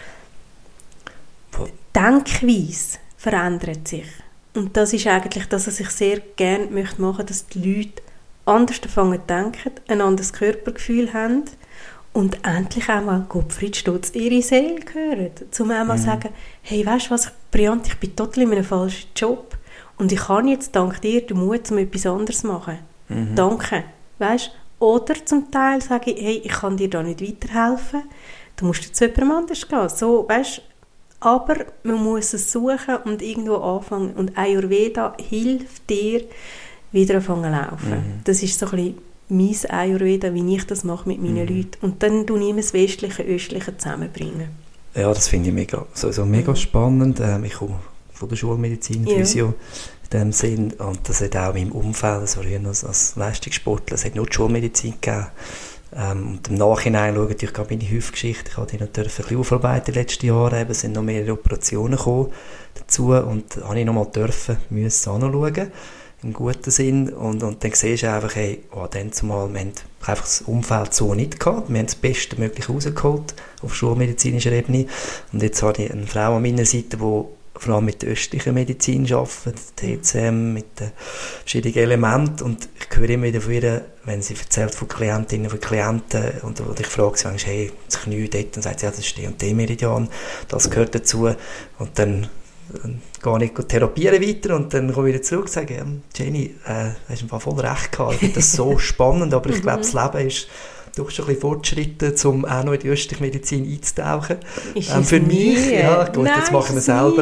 Die Denkweise verändert sich. Und das ist eigentlich das, was ich sehr gerne machen möchte, dass die Leute anders anfangen zu denken, ein anderes Körpergefühl haben und endlich einmal Gottfried Stutz ihre Seele hören. Zum einmal sagen, hey, weißt du was, Briant, ich bin total in einem falschen Job und ich habe jetzt dank dir den Mut, um etwas anderes zu machen. Danke. Weißt? Oder zum Teil sage ich, hey, ich kann dir da nicht weiterhelfen, du musst jetzt zu jemandem anders gehen. So, weißt? Aber man muss es suchen und irgendwo anfangen. Und Ayurveda hilft dir, wieder anfangen zu laufen. Das ist so ein bisschen mein Ayurveda, wie ich das mache mit meinen Leuten. Und dann tue ich immer das Westliche und Östliche zusammenbringen.
Ja, das finde ich mega spannend. Ich komme von der Schulmedizin, Physio, in dem Sinn. Und das hat auch in meinem Umfeld, also als Leistungssportler, es hat nur die Schulmedizin gegeben. Und im Nachhinein schaue ich gerade meine Hüftgeschichte. Ich habe die natürlich ein bisschen aufarbeiten in den letzten Jahren. Es sind noch mehrere Operationen gekommen dazu und habe ich noch mal müssen anschauen, im guten Sinn. Und dann siehst du einfach, hey, dann zumal, wir haben einfach das Umfeld so nicht gehabt. Wir haben das Beste Mögliche rausgeholt auf schulmedizinischer Ebene. Und jetzt habe ich eine Frau an meiner Seite, die vor allem mit der östlichen Medizin arbeitet, TCM, mit den verschiedenen Elementen. Und ich höre immer wieder von ihr, wenn sie erzählt von Klientinnen, von Klienten, und ich frage sie, hey, das Knie dort, und sagt sie, ja, das ist D&D-Meridian, das gehört dazu. Und dann gehe ich therapieren weiter und dann komme ich wieder zurück und sage, ja, Jenny, hast du voll recht gehabt. Ich finde das so spannend, aber ich glaube, das Leben ist doch schon ein bisschen fortschritten, um auch noch in die östliche Medizin einzutauchen. Für mich, ja, gut,
Nein,
jetzt machen wir selber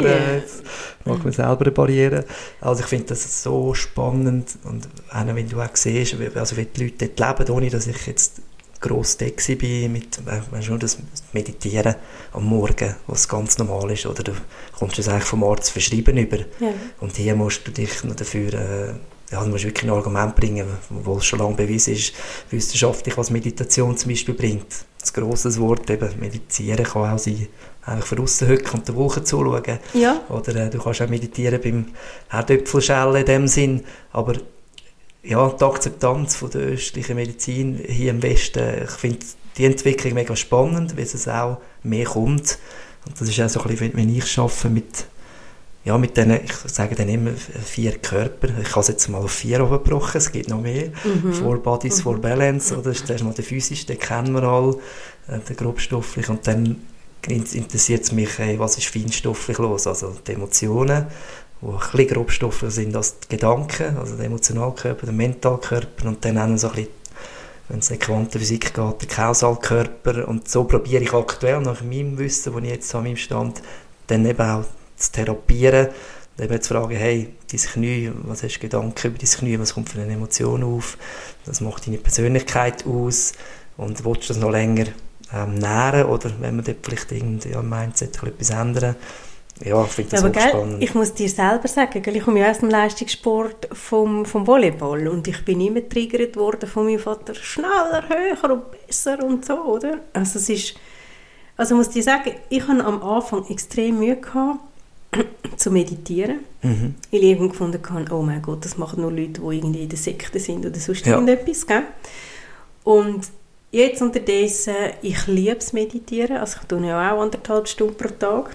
eine Barriere. Also ich finde das so spannend und auch wenn du auch siehst, also wie die Leute dort leben, ohne dass ich jetzt gross da war, mit nur das Meditieren am Morgen, was ganz normal ist, oder du kommst das eigentlich vom Arzt verschrieben über. Ja. Und hier musst du dich noch dafür du musst wirklich ein Argument bringen, obwohl es schon lange bewiesen ist, wissenschaftlich, was Meditation zum Beispiel bringt. Das grosses Wort, eben, meditieren kann auch sein, einfach von aussen hocken und der Wolken zuschauen.
Ja.
Oder du kannst auch meditieren beim Herdöpfelschälen in dem Sinn. Aber ja, die Akzeptanz von der östlichen Medizin hier im Westen, ich finde die Entwicklung mega spannend, weil es auch mehr kommt. Und das ist auch so ein bisschen, wenn ich arbeite mit denen, ich sage dann immer 4 Körper. Ich habe es jetzt mal auf 4 aufgebrochen, es gibt noch mehr. 4 Bodies, 4 Balance, oder? Das ist erstmal der physische, den kennen wir alle, der grobstoffliche. Und dann interessiert es mich, hey, was ist feinstofflich los? Also die Emotionen, die ein bisschen grobstofflich sind als die Gedanken, also der Emotionalkörper, der Mentalkörper und dann auch noch so ein bisschen, wenn es in die Quantenphysik geht, der Kausalkörper. Und so probiere ich aktuell nach meinem Wissen, das ich jetzt an meinem Stand, dann eben auch zu therapieren, eben zu fragen, hey, dein Knie, was hast du Gedanken über dein Knie, was kommt für eine Emotion auf, was macht deine Persönlichkeit aus und willst du das noch länger nähren oder wenn man dort vielleicht irgendwie am Mindset etwas ändern. Ja, ich finde das auch spannend.
Ich muss dir selber sagen, ich komme ja aus dem Leistungssport vom Volleyball und ich bin immer getriggert worden von meinem Vater, schneller, höher und besser und so, oder? Also es ist, also ich muss dir sagen, ich hatte am Anfang extrem Mühe gehabt, zu meditieren, weil ich eben gefunden habe, oh mein Gott, das machen nur Leute, die irgendwie in der Sekte sind oder sonst irgendetwas, gell? Und jetzt unterdessen, ich liebe es Meditieren, also ich tue ja auch 1,5 Stunden pro Tag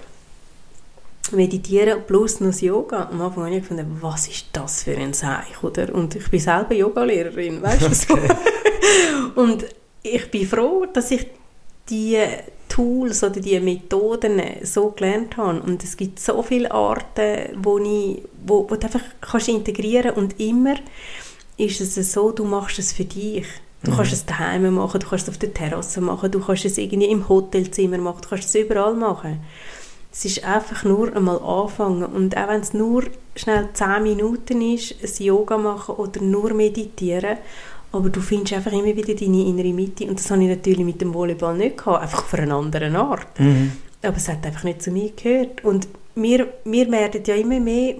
meditieren plus noch das Yoga. Am Anfang habe ich gefunden, was ist das für ein Seich, oder? Und ich bin selber Yogalehrerin, weißt du so? Und ich bin froh, dass ich die Tools oder die Methoden so gelernt habe. Und es gibt so viele Arten, wo du einfach kannst integrieren und immer ist es so, du machst es für dich. Du kannst es daheim machen, du kannst es auf der Terrasse machen, du kannst es irgendwie im Hotelzimmer machen, du kannst es überall machen. Es ist einfach nur einmal anfangen. Und auch wenn es nur schnell 10 Minuten ist, ein Yoga machen oder nur meditieren, aber du findest einfach immer wieder deine innere Mitte. Und das habe ich natürlich mit dem Volleyball nicht gehabt, einfach auf einer anderen Art. Aber es hat einfach nicht zu mir gehört. Und wir werden ja immer mehr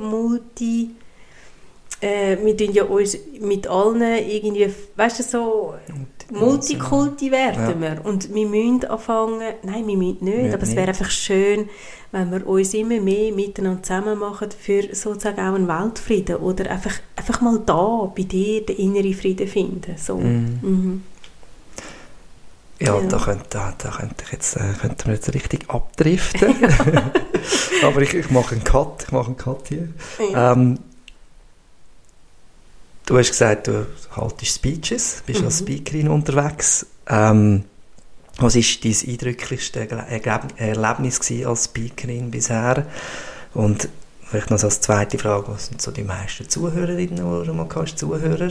wir tun ja uns mit allen irgendwie, weißt du, so Multikulti werden wir. Und wir müssen anfangen, nein, wir müssen nicht, aber es wäre einfach schön, wenn wir uns immer mehr miteinander zusammen machen für sozusagen auch einen Weltfrieden oder einfach mal da, bei dir, den inneren Frieden finden. So.
Ja, da könnten wir jetzt richtig abdriften. Aber ich mache einen Cut hier. Ja. Du hast gesagt, du haltest Speeches, bist als Speakerin unterwegs. Was war dein eindrücklichste Erlebnis als Speakerin bisher? Und vielleicht noch als zweite Frage, was sind so die meisten Zuhörerinnen, die du mal hast, Zuhörer?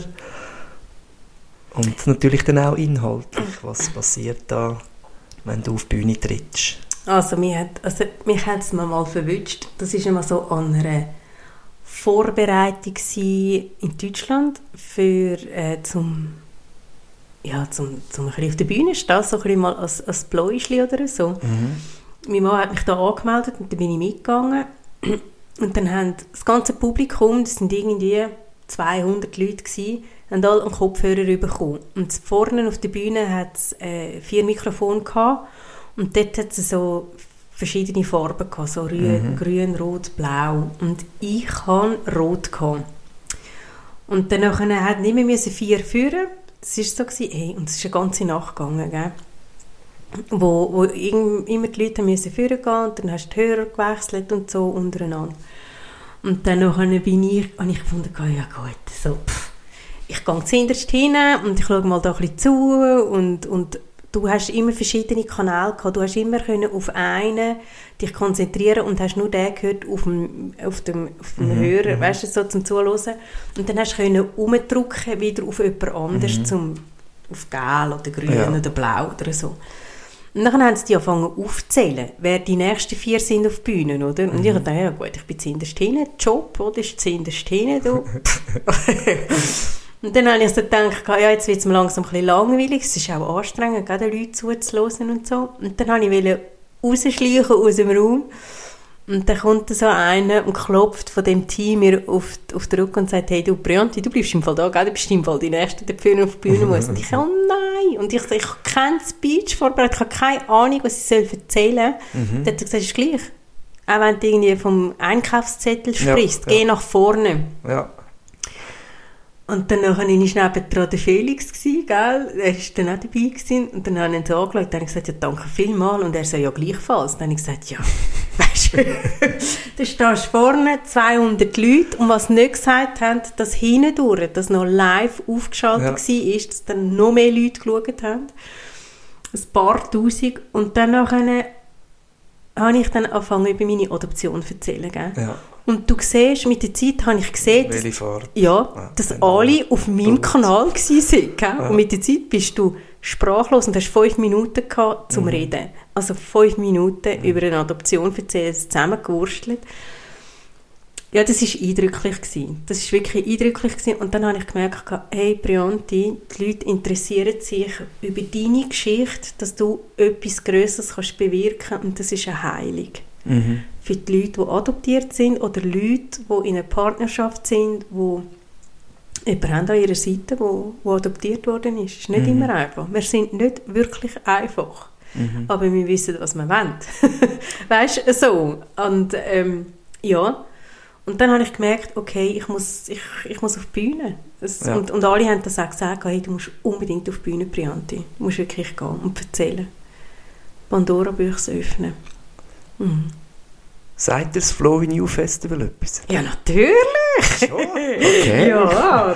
Und natürlich dann auch inhaltlich, was passiert da, wenn du auf die Bühne trittst? Also mich hat
es mal verwünscht, das ist immer so an einer Vorbereitung in Deutschland für zum ein bisschen auf der Bühne stehen, so ein bisschen mal als Bläuschli oder so. Mein Mann hat mich da angemeldet und dann bin ich mitgegangen. Und dann haben das ganze Publikum, das sind irgendwie 200 Leute gewesen, haben alle einen Kopfhörer bekommen. Und vorne auf der Bühne hat es 4 Mikrofone gehabt und dort hat es so verschiedene Farben gehabt, so grün, rot, blau. Und ich hatte rot gehabt. Und dann hat nicht mehr 4 führen. Das war so, und es ist eine ganze Nacht gegangen, gell? Wo immer die Leute müssen führen gehen und dann hast du die Hörer gewechselt und so untereinander. Und dann habe ich gefunden, ja gut, so, ich gehe zuhinterst hin und ich schaue mal da ein bisschen zu und du hast immer verschiedene Kanäle gehabt. Du hast immer auf einen dich konzentrieren und hast nur den gehört auf dem Hörer, weißt du, so zum Zuhören. Und dann hast du umdrücken wieder auf jemand anderes, auf gelb oder grün oder blau oder so. Und dann haben sie die angefangen aufzuzählen, wer die nächsten 4 sind auf die Bühne, oder? Und ich dachte, ja gut, ich bin zuhinterst hin, Job, oder? Ist zuhinterst hin, du. Und dann habe ich so gedacht, ja, jetzt wird es mir langsam ein bisschen langweilig, es ist auch anstrengend, den Leuten zuzuhören und so. Und dann wollte ich rausschleichen aus dem Raum. Und dann kommt so einer und klopft von dem Team mir auf den Rücken und sagt, hey du Brianti, du bleibst im Fall da, gell? Du bist im Fall die Nächste, der für auf die Bühne muss. Und ich so, oh nein. Und ich so, ich habe keinen Speech vorbereitet, ich habe keine Ahnung, was ich erzählen soll. Dann hat er gesagt, es ist gleich. Auch wenn du irgendwie vom Einkaufszettel sprichst, geh nach vorne. Ja. Und dann war ich nebendran der Felix, gell? Er war dann auch dabei gewesen. Und dann habe ich ihn so angeschaut und habe gesagt, ja, danke vielmals. Und er so, ja, gleichfalls. Dann habe ich gesagt, ja, weißt du, da stehst du vorne, 200 Leute. Und was sie nicht gesagt haben, dass hindurch, dass noch live aufgeschaltet war, dass dann noch mehr Leute geschaut haben. Ein paar Tausend. Und dann habe ich dann angefangen, über meine Adoption zu erzählen, gell? Ja. Und du siehst, mit der Zeit habe ich gesehen, dass alle auf meinem Kanal waren. Ja. Und mit der Zeit bist du sprachlos und hast 5 Minuten gehabt zum Reden. Also 5 Minuten über eine Adoption erzählen, zusammengewurstelt. Ja, das war eindrücklich gewesen. Das war wirklich eindrücklich gewesen. Und dann habe ich gemerkt, hey Brianti, die Leute interessieren sich über deine Geschichte, dass du etwas Grösseres kannst bewirken, und das ist eine Heilung. Für die Leute, die adoptiert sind oder Leute, die in einer Partnerschaft sind, die jemanden an ihrer Seite, der adoptiert worden ist. Es ist nicht immer einfach. Wir sind nicht wirklich einfach. Aber wir wissen, was wir wollen. Weißt du, so. Und ja. Und dann habe ich gemerkt, okay, ich muss auf die Bühne. Und alle haben das auch gesagt, hey, du musst unbedingt auf die Bühne, Brianti. Du musst wirklich gehen und erzählen. Pandora-Büchse öffnen.
Sagt das Flow in You Festival etwas?
Ja, natürlich!
Schon? Okay.
Ja,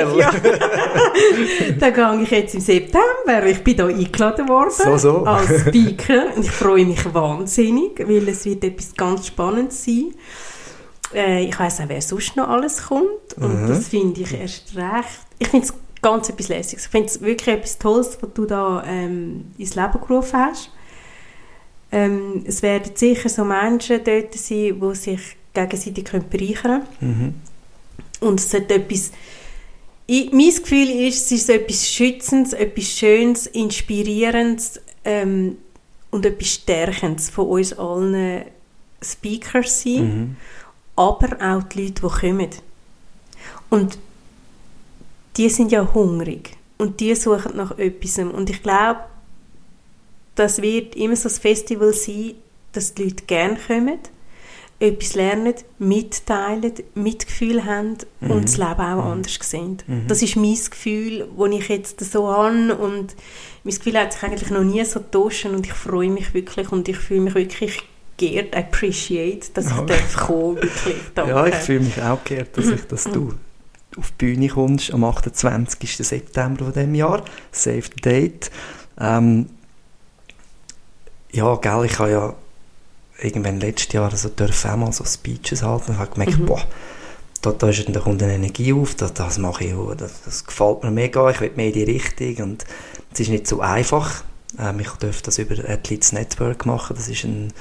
da gehe ich jetzt im September. Ich bin hier eingeladen worden als Speaker. Und ich freue mich wahnsinnig, weil es wird etwas ganz Spannendes sein. Ich weiss auch, wer sonst noch alles kommt. Und das finde ich erst recht... Ich finde es ganz etwas Lässiges. Ich finde es wirklich etwas Tolles, was du da ins Leben gerufen hast. Es werden sicher so Menschen dort sein, die sich gegenseitig bereichern können. Und es sollte etwas Mein Gefühl ist, es ist so etwas Schützendes, etwas Schönes, Inspirierendes und etwas Stärkendes von uns allen Speakers sein, aber auch die Leute, die kommen. Und die sind ja hungrig und die suchen nach etwas. Und ich glaube, das wird immer so ein Festival sein, dass die Leute gerne kommen, etwas lernen, mitteilen, Mitgefühl haben und das Leben auch anders sehen. Das ist mein Gefühl, das ich jetzt so habe, und mein Gefühl hat sich eigentlich noch nie so getauscht, und ich freue mich wirklich und ich fühle mich wirklich geehrt, appreciate, dass ich kommen darf, wirklich. Danke.
Ja, ich fühle mich auch geehrt, dass du auf die Bühne kommst am 28. September von diesem Jahr. Save the date. Ja, gell, ich habe ja irgendwann letztes Jahr also auch mal so Speeches halten und habe gemerkt, boah, da kommt eine Energie auf, das mache ich auch, das gefällt mir mega, ich will mehr in die Richtung, und es ist nicht so einfach. Ich darf das über Athletes Network machen, das ist ein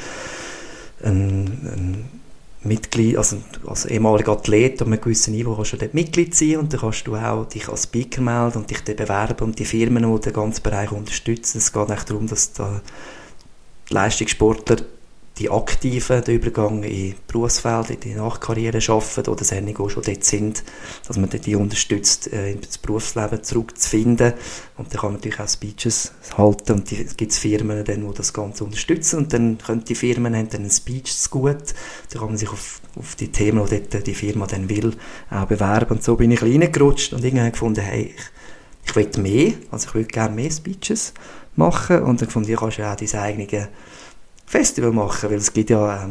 Mitglied, also als ehemaliger Athlet auf einem gewissen Niveau kannst du dort Mitglied sein, und dann kannst du auch dich als Speaker melden und dich bewerben und die Firmen, die den ganzen Bereich unterstützen. Es geht nicht darum, dass die Leistungssportler, die Aktiven, den Übergang in die Berufsfeld, in die Nachkarriere schaffen oder solche, die schon dort sind, dass man die unterstützt, ins Berufsleben zurückzufinden. Und dann kann man natürlich auch Speeches halten, und es gibt Firmen, die das Ganze unterstützen, und dann können die Firmen haben dann einen Speech zu gut. Dann kann man sich auf die Themen, die dort die Firma dann will, auch bewerben. Und so bin ich reingerutscht und irgendwann gefunden, hey, ich will mehr, also ich will gerne mehr Speeches machen, und dann gefunden, ich kannst ja auch deine eigenen Festival machen, weil es gibt ja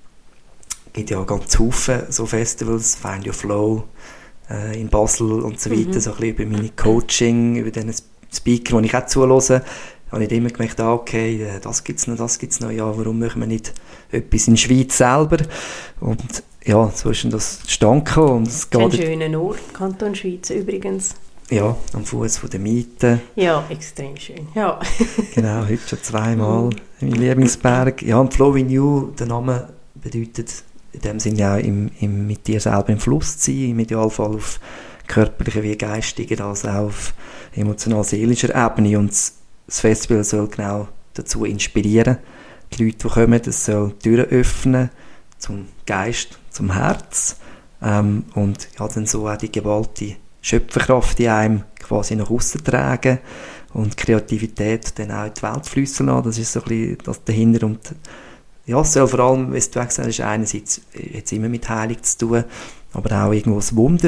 ganz viele so Festivals, Find Your Flow in Basel und so weiter, so ein bisschen über meine Coaching, über den Speaker, die ich auch zuhöre, habe ich immer gemerkt, okay, das gibt's noch, ja, warum machen wir nicht etwas in der Schweiz selber? Und ja, so ist das zustande gekommen. Und es geht
ein schöner Ort, Kanton Schweiz übrigens.
Ja, am Fuß von der Miete.
Ja, extrem schön. Ja.
Genau, heute schon zweimal. Mein Lieblingsberg. Ja, und Flow in You, der Name bedeutet in dem Sinne auch mit dir selber im Fluss zu sein, im Idealfall auf körperlicher wie geistiger, als auch auf emotional-seelischer Ebene. Und das Festival soll genau dazu inspirieren. Die Leute, die kommen, es soll Türen öffnen zum Geist, zum Herz. Und ja, dann so auch die gewaltige Schöpferkraft in einem quasi nach aussen tragen und Kreativität dann auch in die Welt fließen lassen. Das ist so ein bisschen das dahinter. Und ja, es soll vor allem, wie du gesagt hast, einerseits jetzt immer mit Heilung zu tun, aber auch irgendwo das Wunder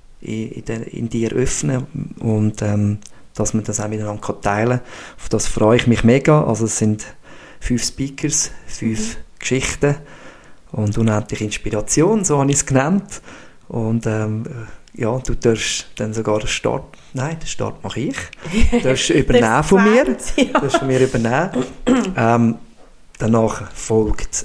in dir öffnen, und dass man das auch miteinander teilen kann. Auf das freue ich mich mega. Also es sind 5 Speakers, 5 Geschichten und unendliche Inspiration, so habe ich es genannt. Und ja, du darfst dann sogar den Start mache ich. Du darfst übernehmen von mir. Du darfst von mir übernehmen. Danach folgt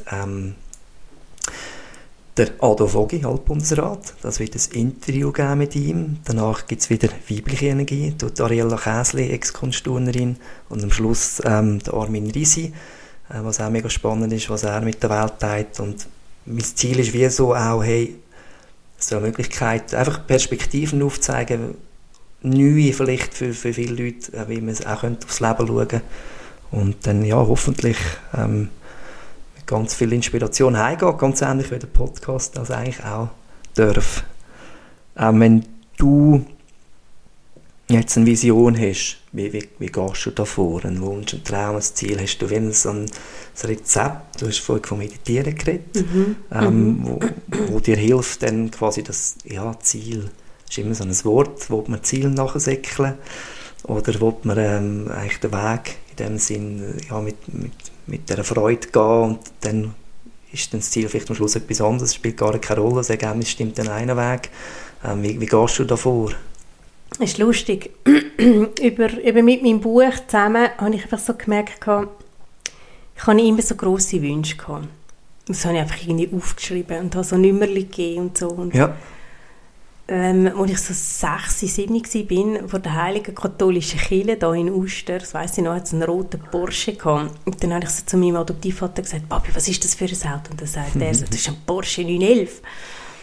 der Ado Vogi, Halbbundesrat. Das wird ein Interview geben mit ihm. Danach gibt es wieder weibliche Energie, durch Ariella Käsli, Ex-Kunstturnerin. Und am Schluss der Armin Risi, was auch mega spannend ist, was er mit der Welt teilt. Und mein Ziel ist wie so auch, hey, so eine Möglichkeit, einfach Perspektiven aufzeigen, neue vielleicht für viele Leute, wie man es auch aufs Leben schauen könnte. Und dann ja, hoffentlich mit ganz viel Inspiration heimgehen, ganz ähnlich wie der Podcast das eigentlich auch darf. Wenn du jetzt eine Vision hast, wie gehst du da vor? Ein Wunsch, ein Traum, ein Ziel, hast du wie so ein Rezept, du hast vorhin von Meditieren geredet, wo dir hilft, dann quasi das Ziel, das ist immer so ein Wort, wo man Ziel nachsäckeln, oder wo man eigentlich den Weg in dem Sinn mit dieser Freude gehen, und dann ist dann das Ziel vielleicht am Schluss etwas anderes, es spielt gar keine Rolle, das Ergebnis stimmt dann einen Weg. Wie gehst du da vor?
Es ist lustig. Eben mit meinem Buch zusammen habe ich einfach so gemerkt, ich hatte immer so grosse Wünsche gehabt. Das habe ich einfach irgendwie aufgeschrieben und habe so Nummerchen gegeben und so. Und
ja.
Als ich so 6, 7 war, vor der Heiligen Katholischen Kirche hier in Uster, das weiss ich noch, hat es einen roten Porsche gehabt. Und dann habe ich so zu meinem Adoptivvater gesagt, Papi, was ist das für ein Auto? Und dann sagt er, das ist ein Porsche 911.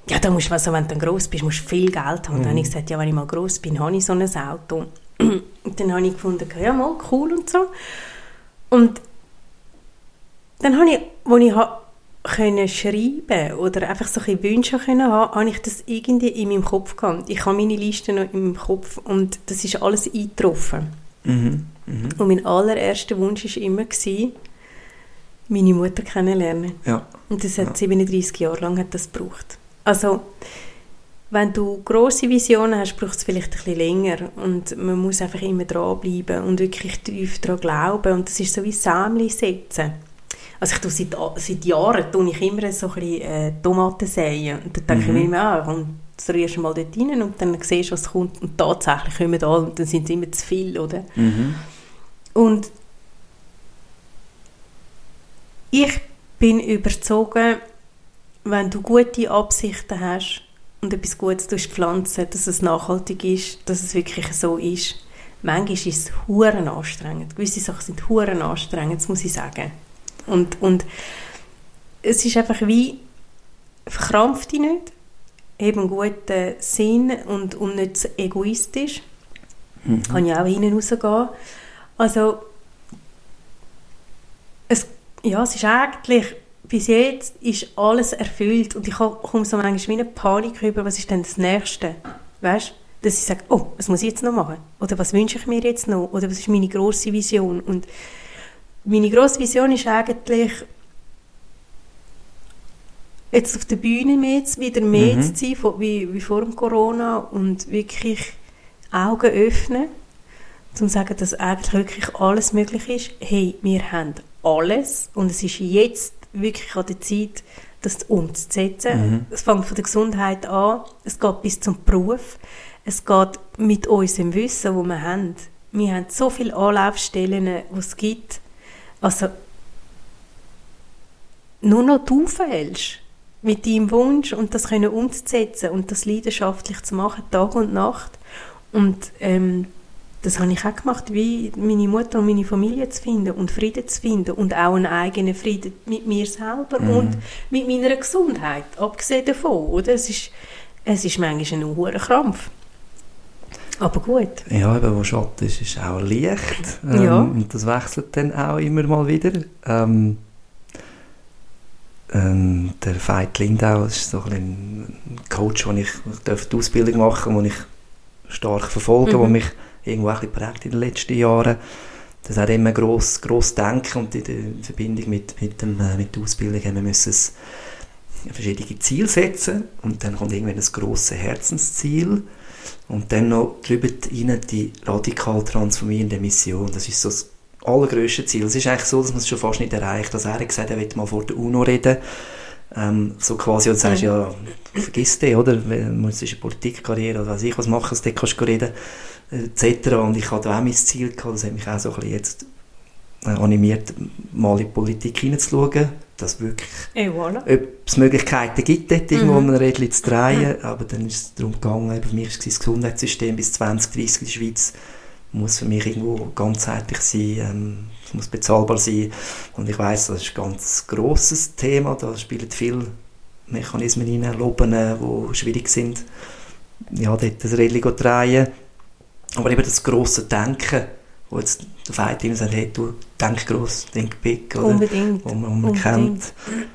ja, da musst du, also, wenn du dann gross bist, musst du viel Geld haben. Dann habe ich gesagt, ja, wenn ich mal gross bin, habe ich so ein Auto. Und dann habe ich gefunden, ja, mal, cool und so. Und dann habe ich, als ich können schreiben oder einfach so ein bisschen Wünsche können haben, habe ich das irgendwie in meinem Kopf gehabt. Ich habe meine Liste noch in meinem Kopf und das ist alles eingetroffen. Und mein allererster Wunsch war immer, meine Mutter kennenlernen.
Ja.
Und das hat 37 Jahre lang hat das gebraucht. Also, wenn du grosse Visionen hast, braucht es vielleicht ein bisschen länger und man muss einfach immer dranbleiben und wirklich tief daran glauben und das ist so wie Sämli setzen. Also ich tue seit Jahren tue ich immer so ein bisschen Tomaten säen. Und dann denke ich mir immer, und das rührst du mal dort rein und dann siehst du, was kommt. Und tatsächlich kommen da und dann sind es immer zu viel, oder? Und ich bin überzeugt, wenn du gute Absichten hast und etwas Gutes pflanzen, dass es nachhaltig ist, dass es wirklich so ist. Manchmal ist es verdammt anstrengend. Gewisse Sachen sind verdammt anstrengend, das muss ich sagen. Und es ist einfach wie, verkrampf dich nicht, eben einen guten Sinn und nicht so egoistisch. Kann ja auch hinten rausgehen. Also, es ist eigentlich, bis jetzt ist alles erfüllt und ich komme so manchmal wie eine Panik über, was ist denn das Nächste? Weißt du? Dass ich sage, oh, was muss ich jetzt noch machen? Oder was wünsche ich mir jetzt noch? Oder was ist meine grosse Vision? Und meine grosse Vision ist eigentlich, jetzt auf der Bühne wieder mehr zu sein, wie vor dem Corona und wirklich Augen öffnen, um zu sagen, dass eigentlich wirklich alles möglich ist. Hey, wir haben alles und es ist jetzt wirklich an der Zeit, das umzusetzen. Es fängt von der Gesundheit an, es geht bis zum Beruf, es geht mit unserem Wissen, das wir haben. Wir haben so viele Anlaufstellen, die es gibt. Also, nur noch du fehlst mit deinem Wunsch und das können umzusetzen und das leidenschaftlich zu machen, Tag und Nacht. Und das habe ich auch gemacht, wie meine Mutter und meine Familie zu finden und Frieden zu finden und auch einen eigenen Frieden mit mir selber und mit meiner Gesundheit, abgesehen davon. Oder? Es ist manchmal ein hoher Krampf. Aber gut.
Ja, eben, wo Schatten ist, ist auch Licht.
Ja.
Und das wechselt dann auch immer mal wieder. Der Veit Lindau ist so ein Coach, wo ich die Ausbildung machen darf, den ich stark verfolge, der mich irgendwo ein bisschen prägt in den letzten Jahren. Das hat immer gross denken und in Verbindung mit der Ausbildung haben wir müssen verschiedene Ziele setzen und dann kommt irgendwann ein grosses Herzensziel und dann noch drüber rein die radikal transformierende Mission. Das ist so das allergrösste Ziel. Es ist eigentlich so, dass man es schon fast nicht erreicht. Also er hat gesagt, er will mal vor der UNO reden. So quasi, und du sagst, ja, vergiss den, oder? Es ist eine Politikkarriere, oder weiss ich, was machen, dort kannst du reden, etc. Und ich hatte auch mein Ziel gehabt, das hat mich auch so ein bisschen jetzt animiert, mal in die Politik hineinzuschauen, dass wirklich
Voilà.
ob es Möglichkeiten gibt, dort irgendwo ein Rädchen zu drehen, aber dann ist es darum gegangen, für mich ist das Gesundheitssystem bis 2030 in der Schweiz muss für mich irgendwo ganzheitlich sein, es muss bezahlbar sein und ich weiss, das ist ein ganz grosses Thema, da spielen viele Mechanismen rein, Loben, die schwierig sind, ja, dort das Rädchen zu drehen, aber eben das grosse Denken, wo jetzt der Veit immer sagt, hey, du denk gross, denk big, oder?
Unbedingt.
Wo man kennt.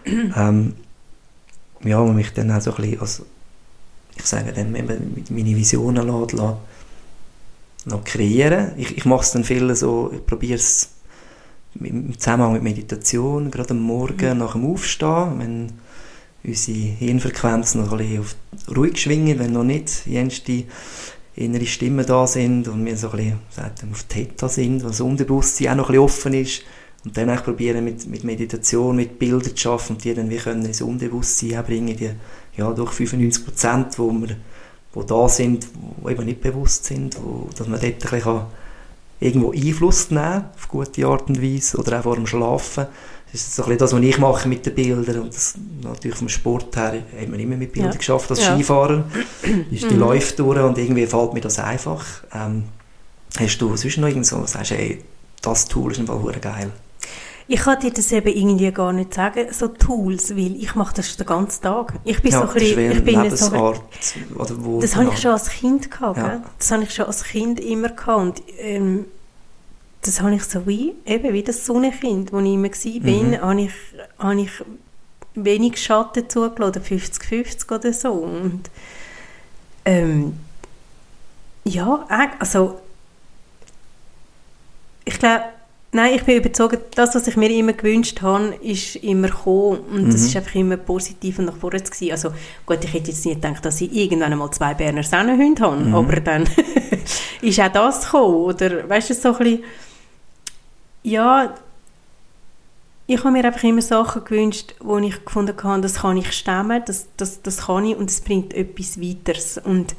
Ja, man mich dann auch so ein bisschen, also ich sage dann, meine Visionen lassen kreieren. Ich mache es dann viel so, ich probiere es im Zusammenhang mit Meditation, gerade am Morgen nach dem Aufstehen, wenn unsere Hirnfrequenzen noch ein bisschen ruhig schwingen, wenn noch nicht jenste innere Stimmen da sind und wir so ein bisschen auf Theta sind, weil das Unterbewusstsein auch noch ein bisschen offen ist und dann auch probieren mit Meditation, mit Bildern zu arbeiten und die dann wie können ins Unbewusstsein auch bringen, die ja durch 95%, wo da sind, die eben nicht bewusst sind, dass man dort ein bisschen irgendwo Einfluss nehmen kann, auf gute Art und Weise, oder auch vor dem Schlafen. Das ist so ein bisschen das, was ich mache mit den Bildern. Und das, natürlich vom Sport her haben wir immer mit Bildern geschafft als Skifahrer. Ist die Läufe durch und irgendwie fällt mir das einfach. Hast du sonst noch irgend so, sagst, hey, das Tool ist einfach geil?
Ich kann dir das eben irgendwie gar nicht sagen, so Tools, weil ich mache das den ganzen Tag. Ich bin
Ja,
so ein bisschen, ich bin so,
oder wo
das habe ich schon als Kind gehabt,
Ja.
gell? Das habe ich schon als Kind immer gehabt. Und das habe ich so wie das Sonnenkind, wo ich immer war, habe ich wenig Schatten zugelassen, 50-50 oder so. Und ja, also ich glaube, nein, ich bin überzeugt, das, was ich mir immer gewünscht habe, ist immer gekommen und das ist einfach immer positiv und nach vorne gewesen. Also gut, ich hätte jetzt nicht gedacht, dass ich irgendwann einmal 2 Berner Sennenhunde habe, aber dann ist auch das gekommen, oder weißt du, so ein bisschen, ja, ich habe mir einfach immer Sachen gewünscht, wo ich gefunden habe, das kann ich stemmen, das kann ich und es bringt etwas Weiteres. Und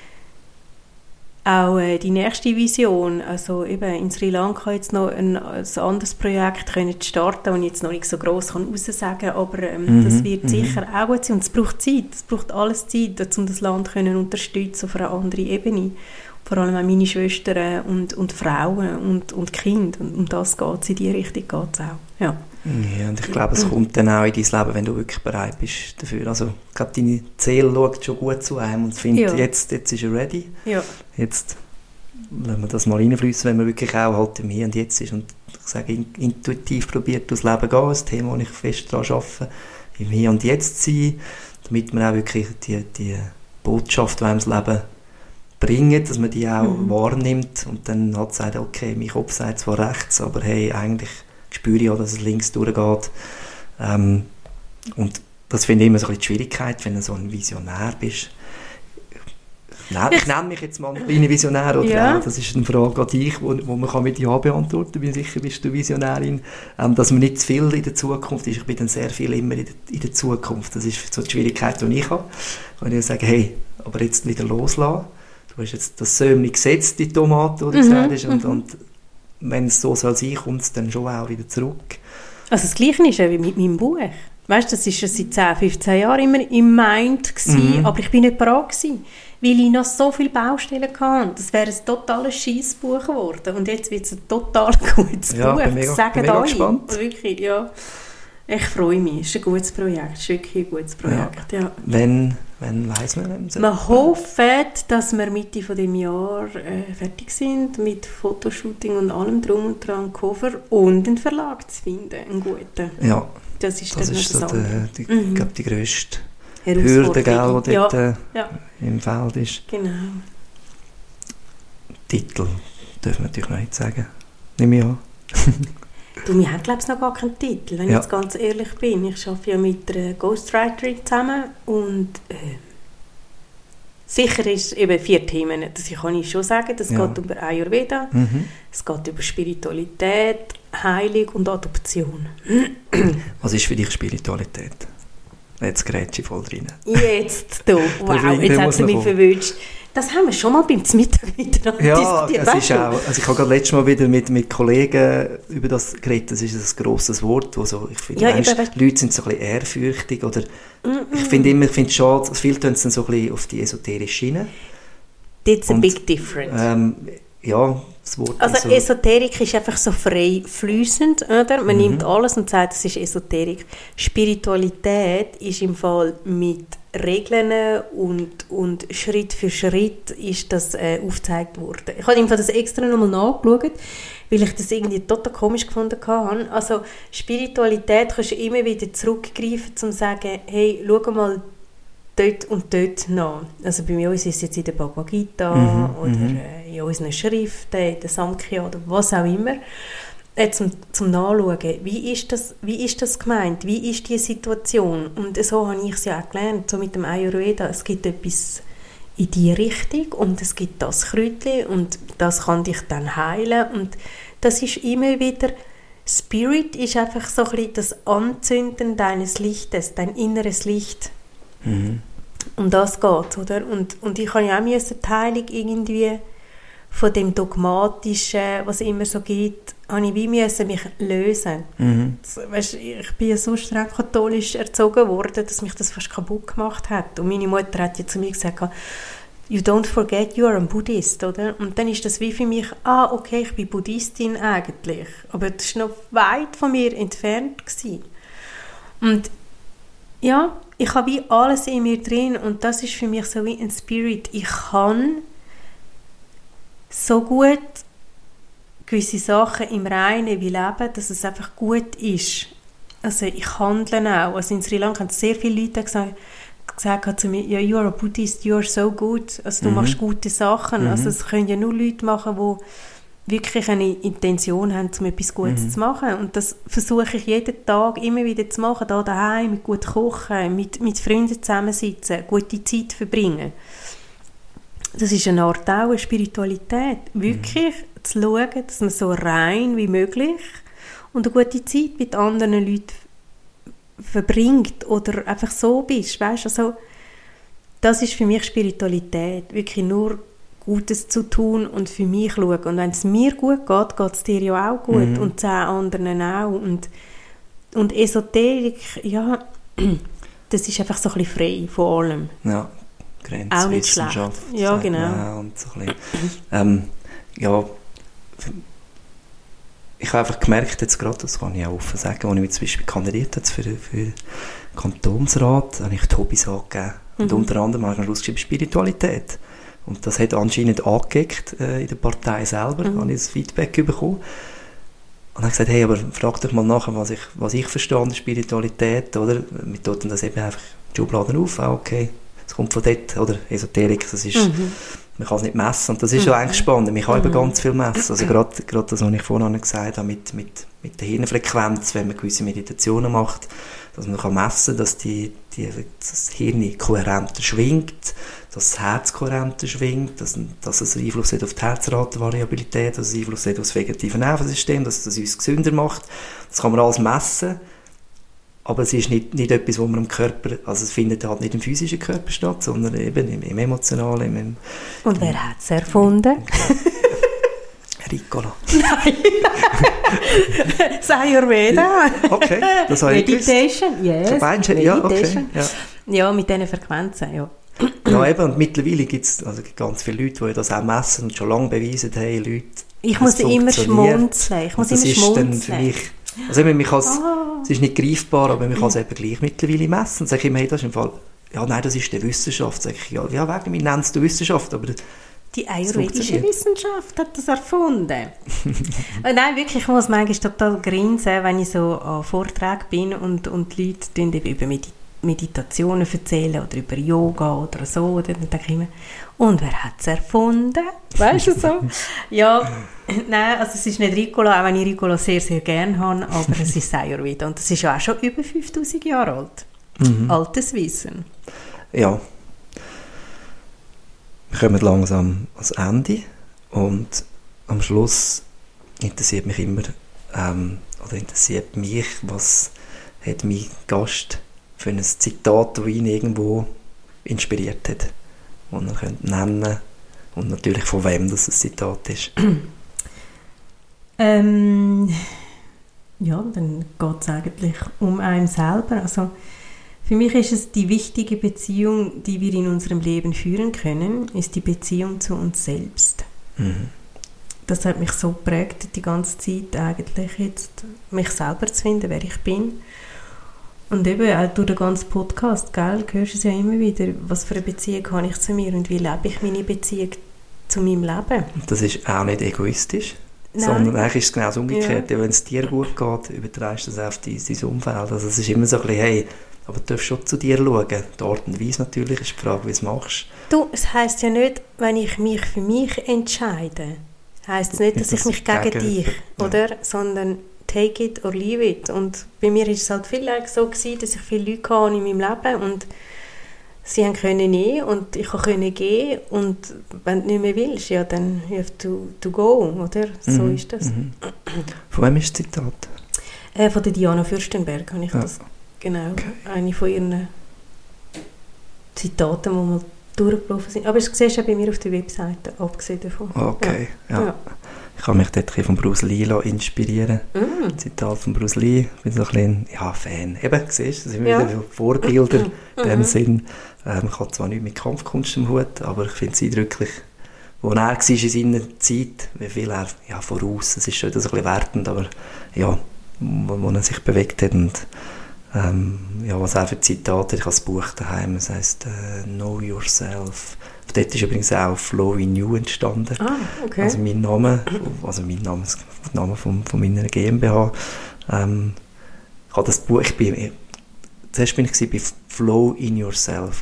auch die nächste Vision, also eben in Sri Lanka jetzt noch ein anderes Projekt können starten, das ich jetzt noch nicht so gross sagen kann, aber das wird sicher auch gut sein. Und es braucht Zeit, es braucht alles Zeit, um das Land können unterstützen auf einer anderen Ebene. Vor allem auch meine Schwestern und Frauen und Kinder. Und um das geht es, in diese Richtung geht es auch. Ja.
Ja, und ich glaube, es kommt dann auch in dein Leben, wenn du wirklich bereit bist dafür. Also ich glaube, deine Seele schaut schon gut zu einem und findet, jetzt ist er ready. Ja. Jetzt lassen wir das mal reinfließen, wenn man wirklich auch halt im Hier und Jetzt ist. Und ich sage, intuitiv probiert durchs Leben gehen, ein Thema, wo ich fest daran arbeite, im Hier und Jetzt sein, damit man auch wirklich die Botschaft, die einem das Leben bringt, dass man die auch wahrnimmt und dann halt sagt, okay, mein Kopf sagt zwar rechts, aber hey, eigentlich spüre ich auch, dass es links durchgeht. Und das finde ich immer so ein bisschen die Schwierigkeit, wenn du so ein Visionär bist. Ich nenne mich jetzt mal ein kleiner Visionär, oder auch, das ist eine Frage an dich, wo man mit Ja beantworten kann. Ich bin sicher, bist du Visionärin. Dass man nicht zu viel in der Zukunft ist. Ich bin dann sehr viel immer in der Zukunft. Das ist so die Schwierigkeit, die ich habe. Wenn ich sage, hey, aber jetzt wieder loslassen. Du hast jetzt das Säumchen gesetzt, die Tomate, die du gesagt hast, und wenn es so soll sein, kommt es dann schon auch wieder zurück.
Also das Gleiche ist ja wie mit meinem Buch. Weißt, das war schon seit 10, 15 Jahren immer im Mind gewesen, aber ich bin nicht bereit gewesen, weil ich noch so viele Baustellen hatte. Das wäre ein totales Scheissbuch geworden und jetzt wird es ein total gutes Buch.
Bin mega gespannt.
Wirklich, ja. Ich freue mich, es ist ein gutes Projekt, es ist wirklich ein gutes Projekt. Ja.
Wenn weiss man?
Wir hoffen, dass wir Mitte von dem Jahr fertig sind mit Fotoshooting und allem drum und dran, Cover und einen Verlag zu finden, einen guten.
Ja,
das ist
so die grösste Hürde, die dort im Feld ist.
Genau.
Titel dürfen wir natürlich noch nicht sagen. Nehme ich an.
Du, wir haben, glaube ich, noch gar keinen Titel, wenn ich jetzt ganz ehrlich bin. Ich arbeite ja mit einer Ghostwriterin zusammen und sicher ist es eben 4 Themen. Das kann ich schon sagen. Das geht über Ayurveda, es geht über Spiritualität, Heilung und Adoption.
Was ist für dich Spiritualität? Jetzt grätsche ich voll rein.
Jetzt, du. Wow, jetzt hat sie mich verwünscht. Das haben wir schon mal beim Mittag miteinander diskutiert.
Es ist auch, also ich habe gerade letztes Mal wieder mit Kollegen über das geredet. Das ist ein grosses Wort, wo so, ich finde, Leute sind so ein bisschen ehrfürchtig oder ich finde es schade, viele tun es dann so ein bisschen auf die esoterische Schiene.
That's a big difference.
Das Wort
also Esoterik ist einfach so frei fließend, oder? Man nimmt alles und sagt, das ist Esoterik. Spiritualität ist im Fall mit Regeln und Schritt für Schritt ist das aufgezeigt worden. Ich habe im Fall das extra nochmal nachgeschaut, weil ich das irgendwie total komisch gefunden habe. Also Spiritualität kannst du immer wieder zurückgreifen, um zu sagen, hey, schau mal dort und dort nach. Also bei uns ist es jetzt in der Bhagavad Gita oder in unseren Schriften, in der Samkhya oder was auch immer. Zum Nachschauen, wie ist das gemeint, wie ist die Situation? Und so habe ich es ja auch gelernt, so mit dem Ayurveda. Es gibt etwas in die Richtung und es gibt das Kräutchen und das kann dich dann heilen. Und das ist immer wieder, Spirit ist einfach so ein bisschen das Anzünden deines Lichtes, dein inneres Licht. Um das geht es, oder? Und ich habe ja auch die Heilung irgendwie von dem Dogmatischen, was es immer so gibt, habe ich wie mich lösen. Weißt, ich bin ja so streng katholisch erzogen worden, dass mich das fast kaputt gemacht hat. Und meine Mutter hat ja zu mir gesagt, You don't forget you are a Buddhist, oder? Und dann ist das wie für mich, okay, ich bin Buddhistin eigentlich. Aber das war noch weit von mir entfernt gewesen. Und ja, ich habe wie alles in mir drin und das ist für mich so wie ein Spirit. Ich kann so gut gewisse Sachen im Reinen wie leben, dass es einfach gut ist. Also ich handle auch. Also in Sri Lanka haben sehr viele Leute gesagt zu mir, ja, you are a Buddhist, you are so good. Also du machst gute Sachen. Also es können ja nur Leute machen, die wirklich eine Intention haben, um etwas Gutes zu machen. Und das versuche ich jeden Tag immer wieder zu machen, da daheim, mit gut kochen, mit Freunden zusammensitzen, gute Zeit verbringen. Das ist eine Art auch eine Spiritualität. Wirklich zu schauen, dass man so rein wie möglich und eine gute Zeit mit anderen Leuten verbringt oder einfach so bist. Weißt? Also, das ist für mich Spiritualität. Wirklich nur Gutes zu tun und für mich schauen. Und wenn es mir gut geht, geht es dir ja auch gut und 10 anderen auch. Und Esoterik, ja, das ist einfach so ein bisschen frei von allem.
Ja, Grenzwissenschaft.
Ja, genau.
Ja, und so ein bisschen, ja, ich habe einfach gemerkt, jetzt gerade, das kann ich auch offen sagen, als ich mich zum Beispiel kandidiert habe für den Kantonsrat, habe ich die Hobbys angegeben. Und unter anderem habe ich rausgeschrieben Spiritualität. Und das hat anscheinend angeeckt in der Partei selber, habe ich das Feedback bekommen. Und habe gesagt, hey, aber frag doch mal nachher, was ich verstehe an der Spiritualität, oder? Wir tun das eben einfach die Schubladen auf, okay, es kommt von dort, oder Esoterik, das ist, man kann es nicht messen, und das ist ja eigentlich spannend, man kann eben ganz viel messen, also gerade das, was ich vorhin gesagt habe, mit der Hirnfrequenz, wenn man gewisse Meditationen macht, dass man kann messen, dass das Hirn kohärenter schwingt, dass das Herz kohärenter schwingt, dass es Einfluss hat auf die Herzratenvariabilität, dass es Einfluss hat auf das vegetative Nervensystem, dass das uns gesünder macht. Das kann man alles messen, aber es ist nicht etwas, wo man im Körper, also es findet halt nicht im physischen Körper statt, sondern eben im emotionalen.
Und wer hat es erfunden?
Ricola.
Nein. Ayurveda.
Okay, das habe ich gewusst.
Meditation, yes.
Ja, okay.
Ja, mit diesen Frequenzen, ja.
Ja, eben, und mittlerweile gibt es ganz viele Leute, die das auch messen und schon lange beweisen, hey, Leute,
ich muss immer schmunzeln.
Also es ist nicht greifbar, aber man kann es eben gleich mittlerweile messen. Und sage ich immer, hey, das ist im Fall, ja, nein, das ist die Wissenschaft. Sage ich, ja, wegen mir nennt es die Wissenschaft, aber
die ayurvedische Wissenschaft hat das erfunden. Nein, wirklich, ich muss manchmal total grinsen, wenn ich so an Vorträgen bin und die Leute über Meditationen erzählen oder über Yoga oder so. Dann denke ich immer, und wer hat es erfunden? Weißt du so? Ja, nein, also es ist nicht Ricola, auch wenn ich Ricola sehr, sehr gerne habe, aber es ist Ayurveda. Und das ist ja auch schon über 5000 Jahre alt. Altes Wissen.
Ja. Wir kommen langsam ans Ende und am Schluss interessiert mich immer, was hat mein Gast für ein Zitat, das ihn irgendwo inspiriert hat, das er könnte nennen und natürlich von wem das ein Zitat ist.
Ja, dann geht es eigentlich um einen selber. Also für mich ist es die wichtige Beziehung, die wir in unserem Leben führen können, ist die Beziehung zu uns selbst. Das hat mich so geprägt, die ganze Zeit eigentlich jetzt, mich selber zu finden, wer ich bin. Und eben auch durch den ganzen Podcast, gell, hörst du es ja immer wieder, was für eine Beziehung habe ich zu mir und wie lebe ich meine Beziehung zu meinem Leben.
Das ist auch nicht egoistisch, sondern eigentlich ist es genau das Umgekehrte. Ja. Wenn es dir gut geht, übertreibst du das auf dein Umfeld. Also es ist immer so ein bisschen, hey, aber du darfst schon zu dir schauen. Die Art und Weise natürlich ist die Frage, wie du es machst.
Du, es heisst ja nicht, wenn ich mich für mich entscheide, heisst es nicht, dass ich mich gegen dich, oder? Ja. Sondern take it or leave it. Und bei mir war es halt vielleicht so gewesen, dass ich viele Leute hatte in meinem Leben und sie können nehmen und ich konnte gehen und wenn du nicht mehr willst, ja, dann you have to go, oder? So ist das.
Von wem ist das Zitat?
Von der Diana Fürstenberg habe ich das, genau, eine von ihren Zitaten, die mal durchgelaufen sind. Aber das siehst du auch bei mir auf der Webseite, abgesehen davon.
Okay, ja. Ich habe mich dort ein bisschen von Bruce Lee inspirieren lassen. Zitat von Bruce Lee. Ich bin so ein bisschen, Fan. Eben, siehst du, das sind wieder Vorbilder in dem Sinn. Ich habe zwar nichts mit Kampfkunst im Hut, aber ich finde es eindrücklich, wo er war in seiner Zeit, wie viel er voraus, es ist schon ein bisschen wertend, aber ja, wo er sich bewegt hat und was er für Zitate, ich habe das Buch daheim, es heisst Know Yourself. Dort ist übrigens auch Flow in You entstanden.
Ah, okay.
Also mein Name, der Name von meiner GmbH. Ich habe das Buch, zuerst bin ich bei Flow in Yourself.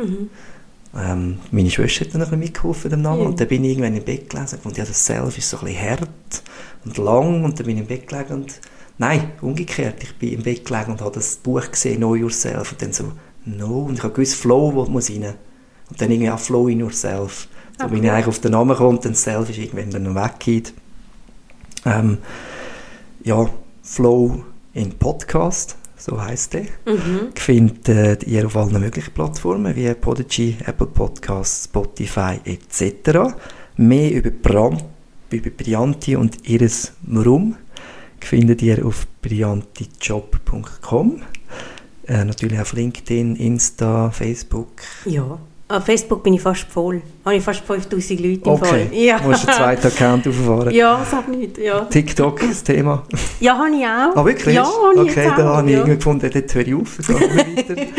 Meine Schwester hat dann ein bisschen mitgeholfen dem Namen und dann bin ich irgendwann im Bett gelesen und das Self ist so ein bisschen hart und lang und dann bin ich im Bett gelegen und nein, umgekehrt, ich bin im Bett gelegen und habe das Buch gesehen, Know Yourself und dann so, no, und ich habe gewusst, Flow, wo muss rein. Und dann irgendwie auch Flow in Yourself. So bin ich eigentlich auf den Namen komme und dann Self ist irgendwann dann weggeht. Flow in Podcast, so heisst der. Findet ihr auf allen möglichen Plattformen, wie Podigy, Apple Podcasts, Spotify etc. Mehr über Brianti und ihres Warum findet ihr auf briantijob.com. Natürlich auf LinkedIn, Insta, Facebook.
Ja, auf Facebook bin ich fast voll. Habe ich fast 5000 Leute im Fall.
Ja. Musst du einen zweiten Account auffahren?
Ja, sag nicht. Ja.
TikTok ist das Thema?
Ja, habe ich auch.
Ah, wirklich?
Ja, habe ich
okay,
jetzt auch.
Da habe ich irgendwie gefunden, dort höre ich auf, dann gehen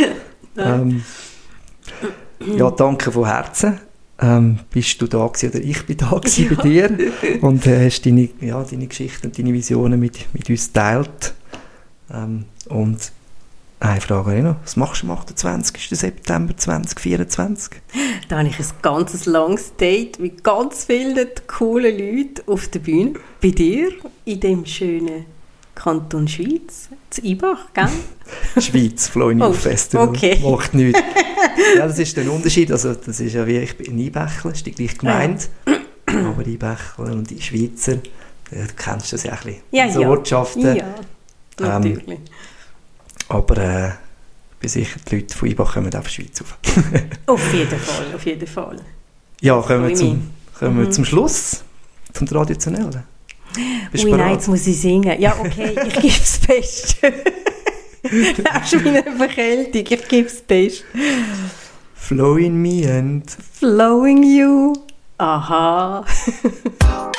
wir weiter. Danke von Herzen. Bist du da gewesen, oder ich bin da gewesen bei dir und hast deine Geschichten und deine Visionen mit uns geteilt. Und eine Frage habe ich noch. Was machst du am 28. September 2024?
Da habe ich ein ganz langes Date mit ganz vielen coolen Leuten auf der Bühne. Bei dir, in dem schönen Kanton Schweiz, zu Ibach, gell?
Schweiz, Flow in You Festival.
Okay.
Macht nichts. Ja, das ist der Unterschied. Also, das ist ja wie, ich bin in Eibächler, ist die gleiche Gemeinde. Aber Eibächler und die Schweizer, du kennst das ja ein bisschen. So Ortschaften.
Ja, natürlich.
Aber ich bin sicher, die Leute von Eibach kommen auf die Schweiz auf.
Auf jeden Fall.
Ja, kommen wir zum Schluss, zum Traditionellen.
Nein, jetzt muss ich singen. Ja, okay, ich gebe das Beste. Das ist meine Verkältung, ich gebe das Beste.
Flow in me and
Flowing you. Aha.